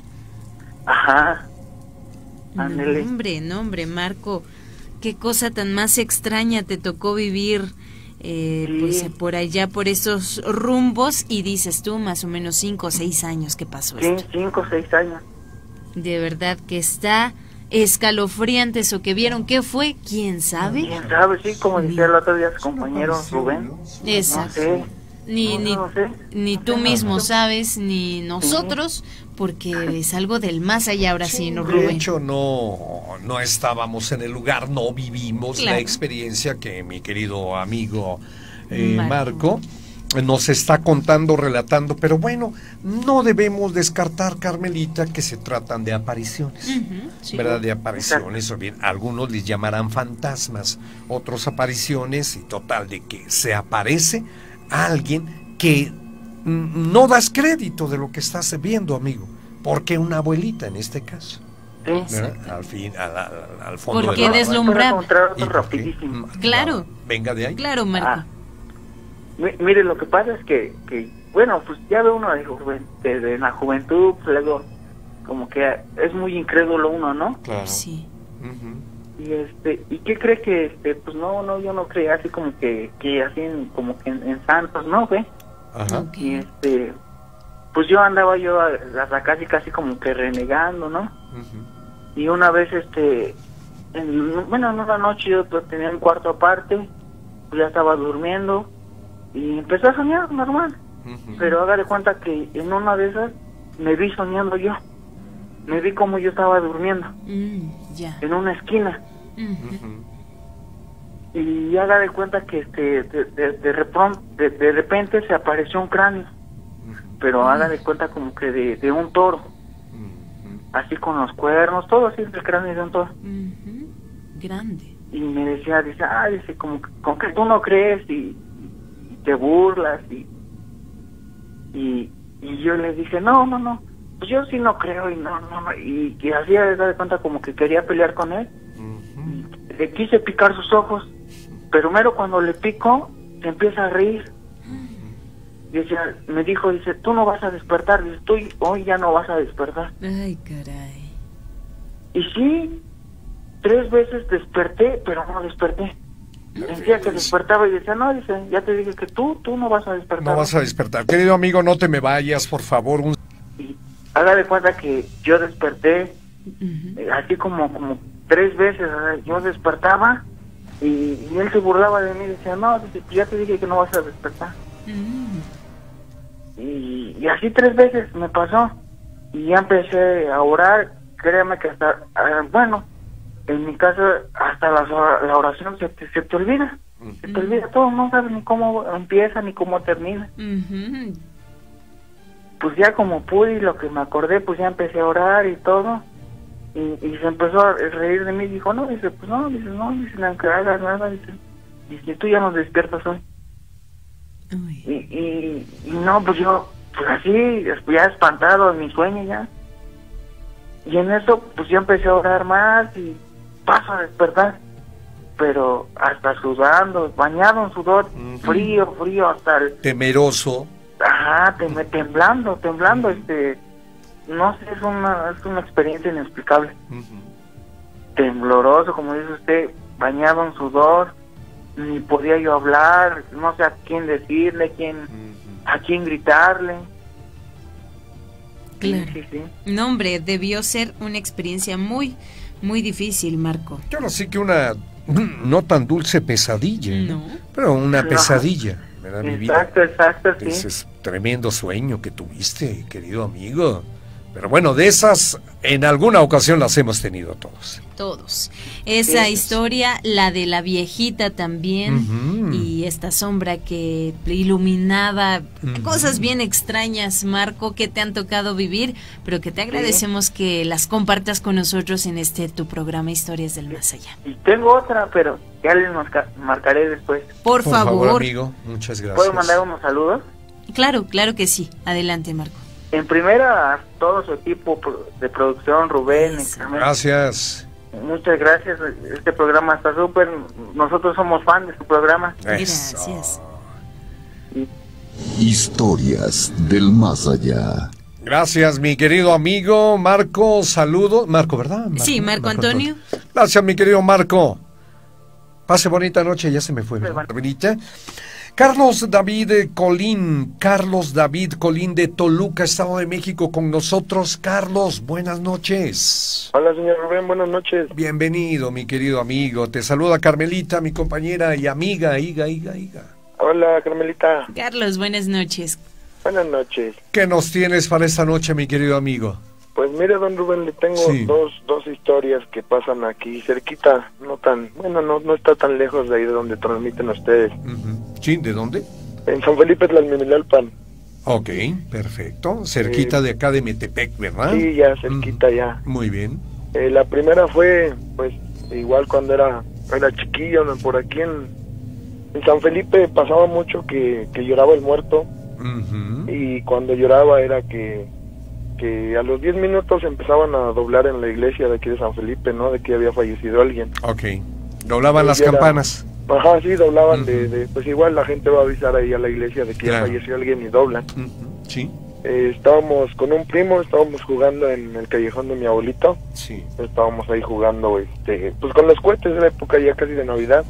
Ajá. No, hombre, no, hombre, Marco, qué cosa tan más extraña te tocó vivir, eh, sí. pues por allá, por esos rumbos, y dices tú, más o menos cinco o seis años que pasó sí, esto. Sí, cinco o seis años. De verdad que está escalofriante eso que vieron. ¿Qué fue? ¿Quién sabe? ¿Quién sabe? Sí, como decía el otro día su compañero Rubén. Exacto. No sé. Ni, no, ni, no sé. ni tú mismo sabes, ni nosotros, porque es algo del más allá ahora sí, ¿no, Rubén? De hecho, no, no estábamos en el lugar, no vivimos claro. la experiencia que mi querido amigo eh, Marco. Marco nos está contando, relatando, pero bueno, no debemos descartar, Carmelita, que se tratan de apariciones, uh-huh, sí. ¿verdad? De apariciones, o bien algunos les llamarán fantasmas, otros apariciones, y total, de que se aparece alguien que no das crédito de lo que estás viendo, amigo, porque una abuelita en este caso, al fin, al, al, al fondo porque de deslumbraba. Rapidísimo. Claro. Venga de ahí. Claro, Marco. Ah, mire, lo que pasa es que, que bueno, pues ya ve uno de, de, de la juventud, pues luego como que es muy incrédulo uno, ¿no? Claro. Sí. Uh-huh. Y este, ¿y qué cree que este, pues no, no, yo no creía así como que, que así en, como que en, en santos, ¿no, güey? Ajá. Okay. Y este, pues yo andaba yo hasta casi casi como que renegando, ¿no? Uh-huh. Y una vez este, en, bueno, en una noche yo tenía un cuarto aparte, pues ya estaba durmiendo y empecé a soñar normal, uh-huh. pero haga de cuenta que en una de esas me vi soñando yo. Me vi como yo estaba durmiendo mm, yeah. en una esquina. Uh-huh. Y haga de cuenta que este de, de, de, reprom, de, de repente se apareció un cráneo, uh-huh. pero uh-huh. haga de cuenta como que de, de un toro, uh-huh. así con los cuernos, todo así, el cráneo de un toro. Uh-huh. Grande. Y me decía, dice, ah, dice, como que, como que tú no crees y, y te burlas y, y y yo le dije, no, no, no. Pues yo sí no creo y no, no, no, y, y así de dar cuenta como que quería pelear con él. Uh-huh. Le quise picar sus ojos, pero mero cuando le pico, se empieza a reír. Uh-huh. Dice, me dijo, dice, tú no vas a despertar, dice, tú hoy ya no vas a despertar. Ay, caray. Y sí, tres veces desperté, pero no desperté. Decía que despertaba y decía, no, dice, ya te dije que tú, tú no vas a despertar. No vas a despertar. Querido amigo, no te me vayas, por favor. Un... Y haga de cuenta que yo desperté, uh-huh. eh, así como como tres veces, yo despertaba y, y él se burlaba de mí, decía, no, dice, ya te dije que no vas a despertar. Uh-huh. Y, y así tres veces me pasó y ya empecé a orar, créame que hasta, uh, bueno, en mi casa hasta la, la oración se te, se te olvida, uh-huh. se te olvida todo, no sabes ni cómo empieza ni cómo termina. Uh-huh. Pues ya como pude y lo que me acordé, pues ya empecé a orar y todo, y, y se empezó a reír de mí y dijo, no, dice, pues no, dice, no, dice, no que hagas nada, dice, dice, tú ya nos despiertas hoy. Y, y, y no, pues yo, pues así, ya espantado en mi sueño ya. Y en eso, pues yo empecé a orar más y paso a despertar. Pero hasta sudando, bañado en sudor, uh-huh. frío, frío, hasta el... Temeroso. Ajá, tem temblando, temblando, uh-huh. este... No sé, es una, es una experiencia inexplicable. Uh-huh. Tembloroso, como dice usted, bañado en sudor, ni podía yo hablar, no sé a quién decirle, quién, uh-huh. a quién gritarle. Claro. Sí, sí, sí. No, hombre, debió ser una experiencia muy, muy difícil, Marco. Yo no sé que una no tan dulce pesadilla, no, pero una no. pesadilla, ¿verdad, mi vida? Exacto, exacto, sí. Ese es tremendo sueño que tuviste, querido amigo. Pero bueno, de esas, en alguna ocasión las hemos tenido todos. Todos. Esa sí. historia, la de la viejita también, uh-huh. y esta sombra que iluminaba uh-huh. cosas bien extrañas, Marco, que te han tocado vivir, pero que te agradecemos sí. que las compartas con nosotros en este tu programa Historias del Más Allá. Y tengo otra, pero ya les marca marcaré después. Por, Por favor. favor, amigo, muchas gracias. ¿Puedo mandar unos saludos? Claro, claro que sí. Adelante, Marco. En primera, a todo su equipo de producción, Rubén. Gracias. Muchas gracias. Este programa está súper. Nosotros somos fan de su programa. Eso. Gracias. Historias del Más Allá. Gracias, mi querido amigo Marco. Saludos. Marco, ¿verdad? Marco, sí, Marco, Marco Antonio. Antonio. Gracias, mi querido Marco. Pase bonita noche. Ya se me fue. Bonita. Carlos David Colín, Carlos David Colín de Toluca, Estado de México, con nosotros. Carlos, buenas noches. Hola, señor Rubén, buenas noches. Bienvenido, mi querido amigo. Te saluda Carmelita, mi compañera y amiga, Iga, Iga, Iga. Hola, Carmelita. Carlos, buenas noches. Buenas noches. ¿Qué nos tienes para esta noche, mi querido amigo? Pues mire, don Rubén, le tengo sí. dos dos historias que pasan aquí cerquita, no tan, bueno, no no está tan lejos de ahí de donde transmiten ustedes. Uh-huh. ¿Sí? ¿De dónde? En San Felipe Tlalmimelalpan. Ok, perfecto. Cerquita eh, de acá de Metepec, ¿verdad? Sí, ya, cerquita uh-huh. ya. Muy bien. Eh, la primera fue, pues, igual cuando era era chiquillo, ¿no? Por aquí en, en San Felipe pasaba mucho que, que lloraba el muerto. Uh-huh. Y cuando lloraba era que... que a los diez minutos empezaban a doblar en la iglesia de aquí de San Felipe, ¿no? De que había fallecido alguien. Ok. ¿Doblaban y las campanas? Era, ajá, sí, doblaban uh-huh. de, de... Pues igual la gente va a avisar ahí a la iglesia de que claro. ya falleció alguien y doblan. Uh-huh. Sí. Eh, estábamos con un primo, estábamos jugando en el callejón de mi abuelito. Sí. Estábamos ahí jugando, este... pues con los cohetes de la época ya casi de Navidad.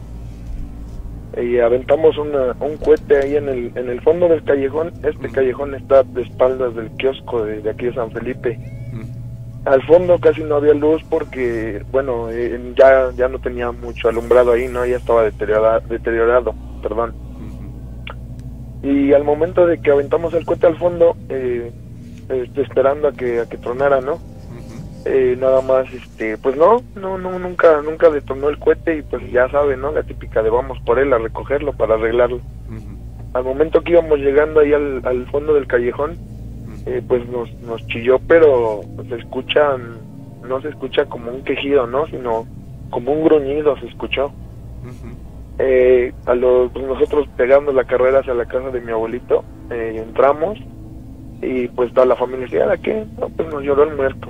Y aventamos una, un cohete ahí en el en el fondo del callejón. Este uh-huh. callejón está de espaldas del kiosco de, de aquí de San Felipe. Uh-huh. Al fondo casi no había luz porque, bueno, eh, ya ya no tenía mucho alumbrado ahí, ¿no? Ya estaba deteriorado, deteriorado perdón. Uh-huh. Y al momento de que aventamos el cohete al fondo, eh, este, esperando a que a que tronara, ¿no? Eh, nada más, este, pues no, no, no, nunca, nunca detonó el cohete y pues ya sabe, ¿no? La típica de vamos por él a recogerlo para arreglarlo. Uh-huh. Al momento que íbamos llegando ahí al, al fondo del callejón, uh-huh. eh, pues nos, nos chilló, pero se escucha, no se escucha como un quejido, ¿no? Sino como un gruñido se escuchó. Uh-huh. eh, a los, pues nosotros pegamos la carrera hacia la casa de mi abuelito, eh, entramos y pues toda la familia decía, ¿a qué? No, pues nos lloró el muerto.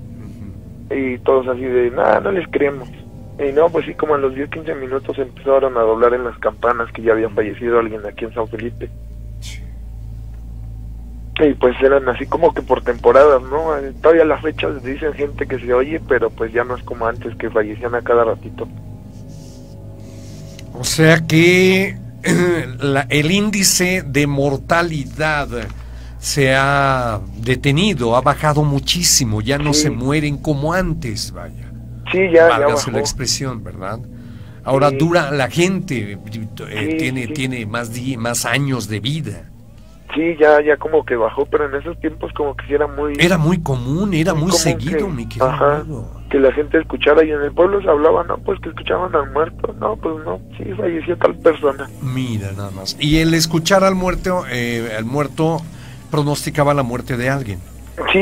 Y todos así de, nada, no les creemos. Y no, pues sí, como a los diez, quince minutos empezaron a doblar en las campanas que ya habían fallecido alguien aquí en San Felipe. Y pues eran así como que por temporadas, ¿no? Todavía a la fecha dicen gente que se oye, pero pues ya no es como antes, que fallecían a cada ratito. O sea que la, el índice de mortalidad se ha detenido, ha bajado muchísimo, ya no sí. se mueren como antes, vaya. Sí, ya, ya bajó. La expresión, ¿verdad? Ahora sí. dura la gente, eh, sí, tiene sí. tiene más di más años de vida. Sí, ya ya como que bajó, pero en esos tiempos como que sí era muy... Era muy común, era muy, muy seguido, que, mi querido ajá, amigo. Que la gente escuchara y en el pueblo se hablaba, no, pues que escuchaban al muerto, no, pues no, sí, falleció tal persona. Mira, nada más. Y el escuchar al muerto, eh, al muerto... pronosticaba la muerte de alguien. Sí,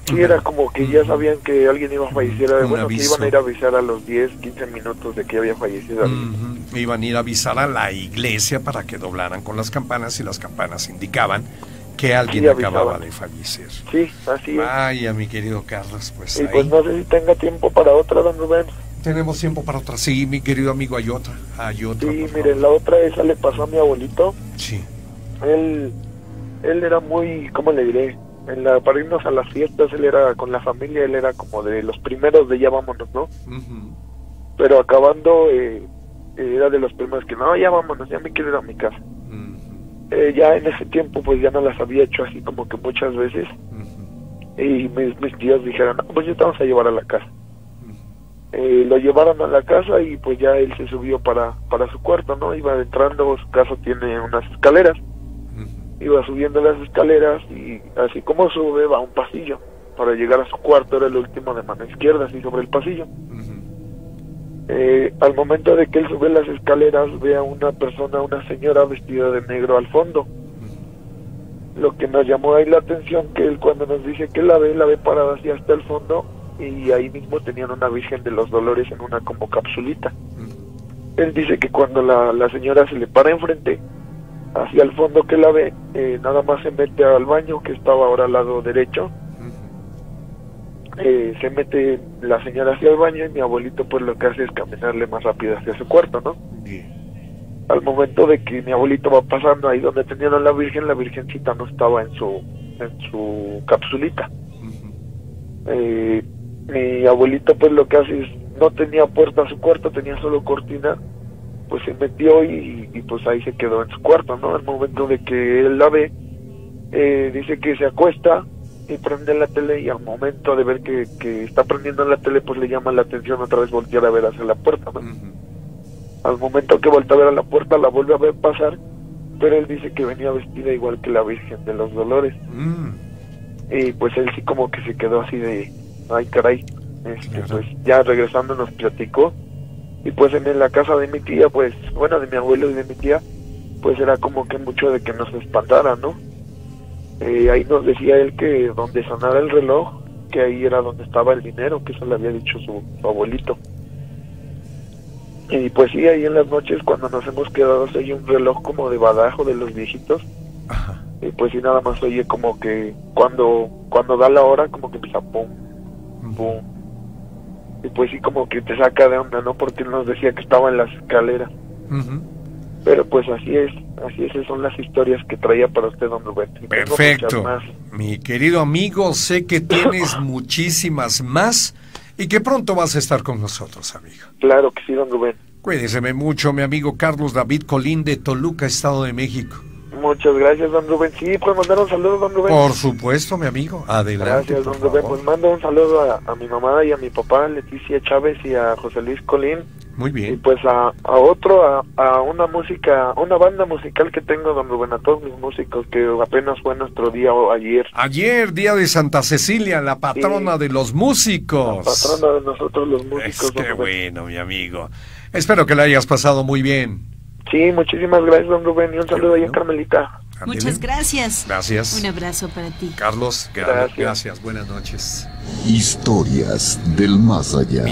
Sí, era como que ya sabían que alguien iba a fallecer, Un bueno, aviso. que iban a ir a avisar a los diez, quince minutos de que había fallecido alguien. Ujú. Iban a ir a avisar a la iglesia para que doblaran con las campanas y las campanas indicaban que alguien Sí, acababa avisaban. de fallecer. Sí, así es. Vaya, mi querido Carlos, pues Y ahí pues no sé si tenga tiempo para otra, don Rubén. tenemos tiempo para otra. Sí, mi querido amigo, hay otra. Hay otra. Sí, por mire, favor. la otra esa le pasó a mi abuelito. Sí. Él, él era muy, ¿cómo le diré? En la, para irnos a las fiestas, él era con la familia, él era como de los primeros de ya vámonos, ¿no? Ujú. Pero acabando, eh, eh, era de los primeros que no, ya vámonos, ya me quiero ir a mi casa. Ujú. Eh, ya en ese tiempo, pues ya no las había hecho así como que muchas veces. Ujú. Y mis, mis tíos dijeron, no, pues ya te vamos a llevar a la casa. Ujú. Eh, lo llevaron a la casa y pues ya él se subió para, para su cuarto, ¿no? Iba entrando, su casa tiene unas escaleras. Iba subiendo las escaleras y así como sube va a un pasillo para llegar a su cuarto, era el último de mano izquierda, así sobre el pasillo. Ujú. Eh, al momento de que él sube las escaleras ve a una persona, una señora vestida de negro al fondo. Lo que nos llamó ahí la atención que él cuando nos dice que la ve, la ve parada así hasta el fondo y ahí mismo tenían una Virgen de los Dolores en una como capsulita. Él dice que cuando la, la señora se le para enfrente, hacia el fondo que la ve, eh, nada más se mete al baño que estaba ahora al lado derecho. Eh, se mete la señora hacia el baño y mi abuelito pues lo que hace es caminarle más rápido hacia su cuarto, ¿no? Al momento de que mi abuelito va pasando ahí donde tenían a la Virgen, la Virgencita no estaba en su en su capsulita. Eh, mi abuelito pues lo que hace es, no tenía puerta a su cuarto, tenía solo cortina, pues se metió y, y pues ahí se quedó en su cuarto, ¿no? Al momento de que él la ve, eh, dice que se acuesta y prende la tele y al momento de ver que, que está prendiendo la tele pues le llama la atención otra vez voltear a ver hacia la puerta, ¿no? Ujú. Al momento que voltea a ver a la puerta la vuelve a ver pasar, pero él dice que venía vestida igual que la Virgen de los Dolores. Mm. Y pues él sí como que se quedó así de, ay caray, este, Claro. pues ya regresando nos platicó. Y pues en la casa de mi tía, pues, bueno, de mi abuelo y de mi tía, pues era como que mucho de que nos espantara, ¿no? Eh, ahí nos decía él que donde sonara el reloj, que ahí era donde estaba el dinero, que eso le había dicho su, su abuelito. Y pues sí, ahí en las noches cuando nos hemos quedado se oye un reloj como de badajo de los viejitos. Ajá. Y pues sí, nada más oye como que cuando cuando da la hora, como que empieza pum, pum. Y pues sí, como que te saca de onda, ¿no? Porque él nos decía que estaba en las escaleras. Ujú. Pero pues así es, así es, esas son las historias que traía para usted, don Rubén. Y tengo Perfecto. muchas más. Mi querido amigo, sé que tienes muchísimas más y que pronto vas a estar con nosotros, amigo. Claro que sí, don Rubén. Cuídeseme mucho, mi amigo Carlos David Colín de Toluca, Estado de México. Muchas gracias, don Rubén. Sí, pues mandar un saludo, don Rubén. Por supuesto, mi amigo. Adelante. Gracias, por don Rubén. favor. Pues mando un saludo a, a mi mamá y a mi papá, Leticia Chávez, y a José Luis Colín. Muy Y bien. pues a, a otro, a, a una música, una banda musical que tengo, don Rubén, a todos mis músicos, que apenas fue nuestro día o ayer. Ayer, día de Santa Cecilia, la patrona Sí. de los músicos. Patrona de nosotros los músicos, Es don que Rubén. bueno, mi amigo. Espero que la hayas pasado muy bien. Sí, muchísimas gracias, don Rubén, y un Qué saludo ahí a bueno. Carmelita. Ándele. Muchas gracias. Gracias. Un abrazo para ti. Carlos, gra- Gracias. gracias. Buenas noches. Historias del más allá.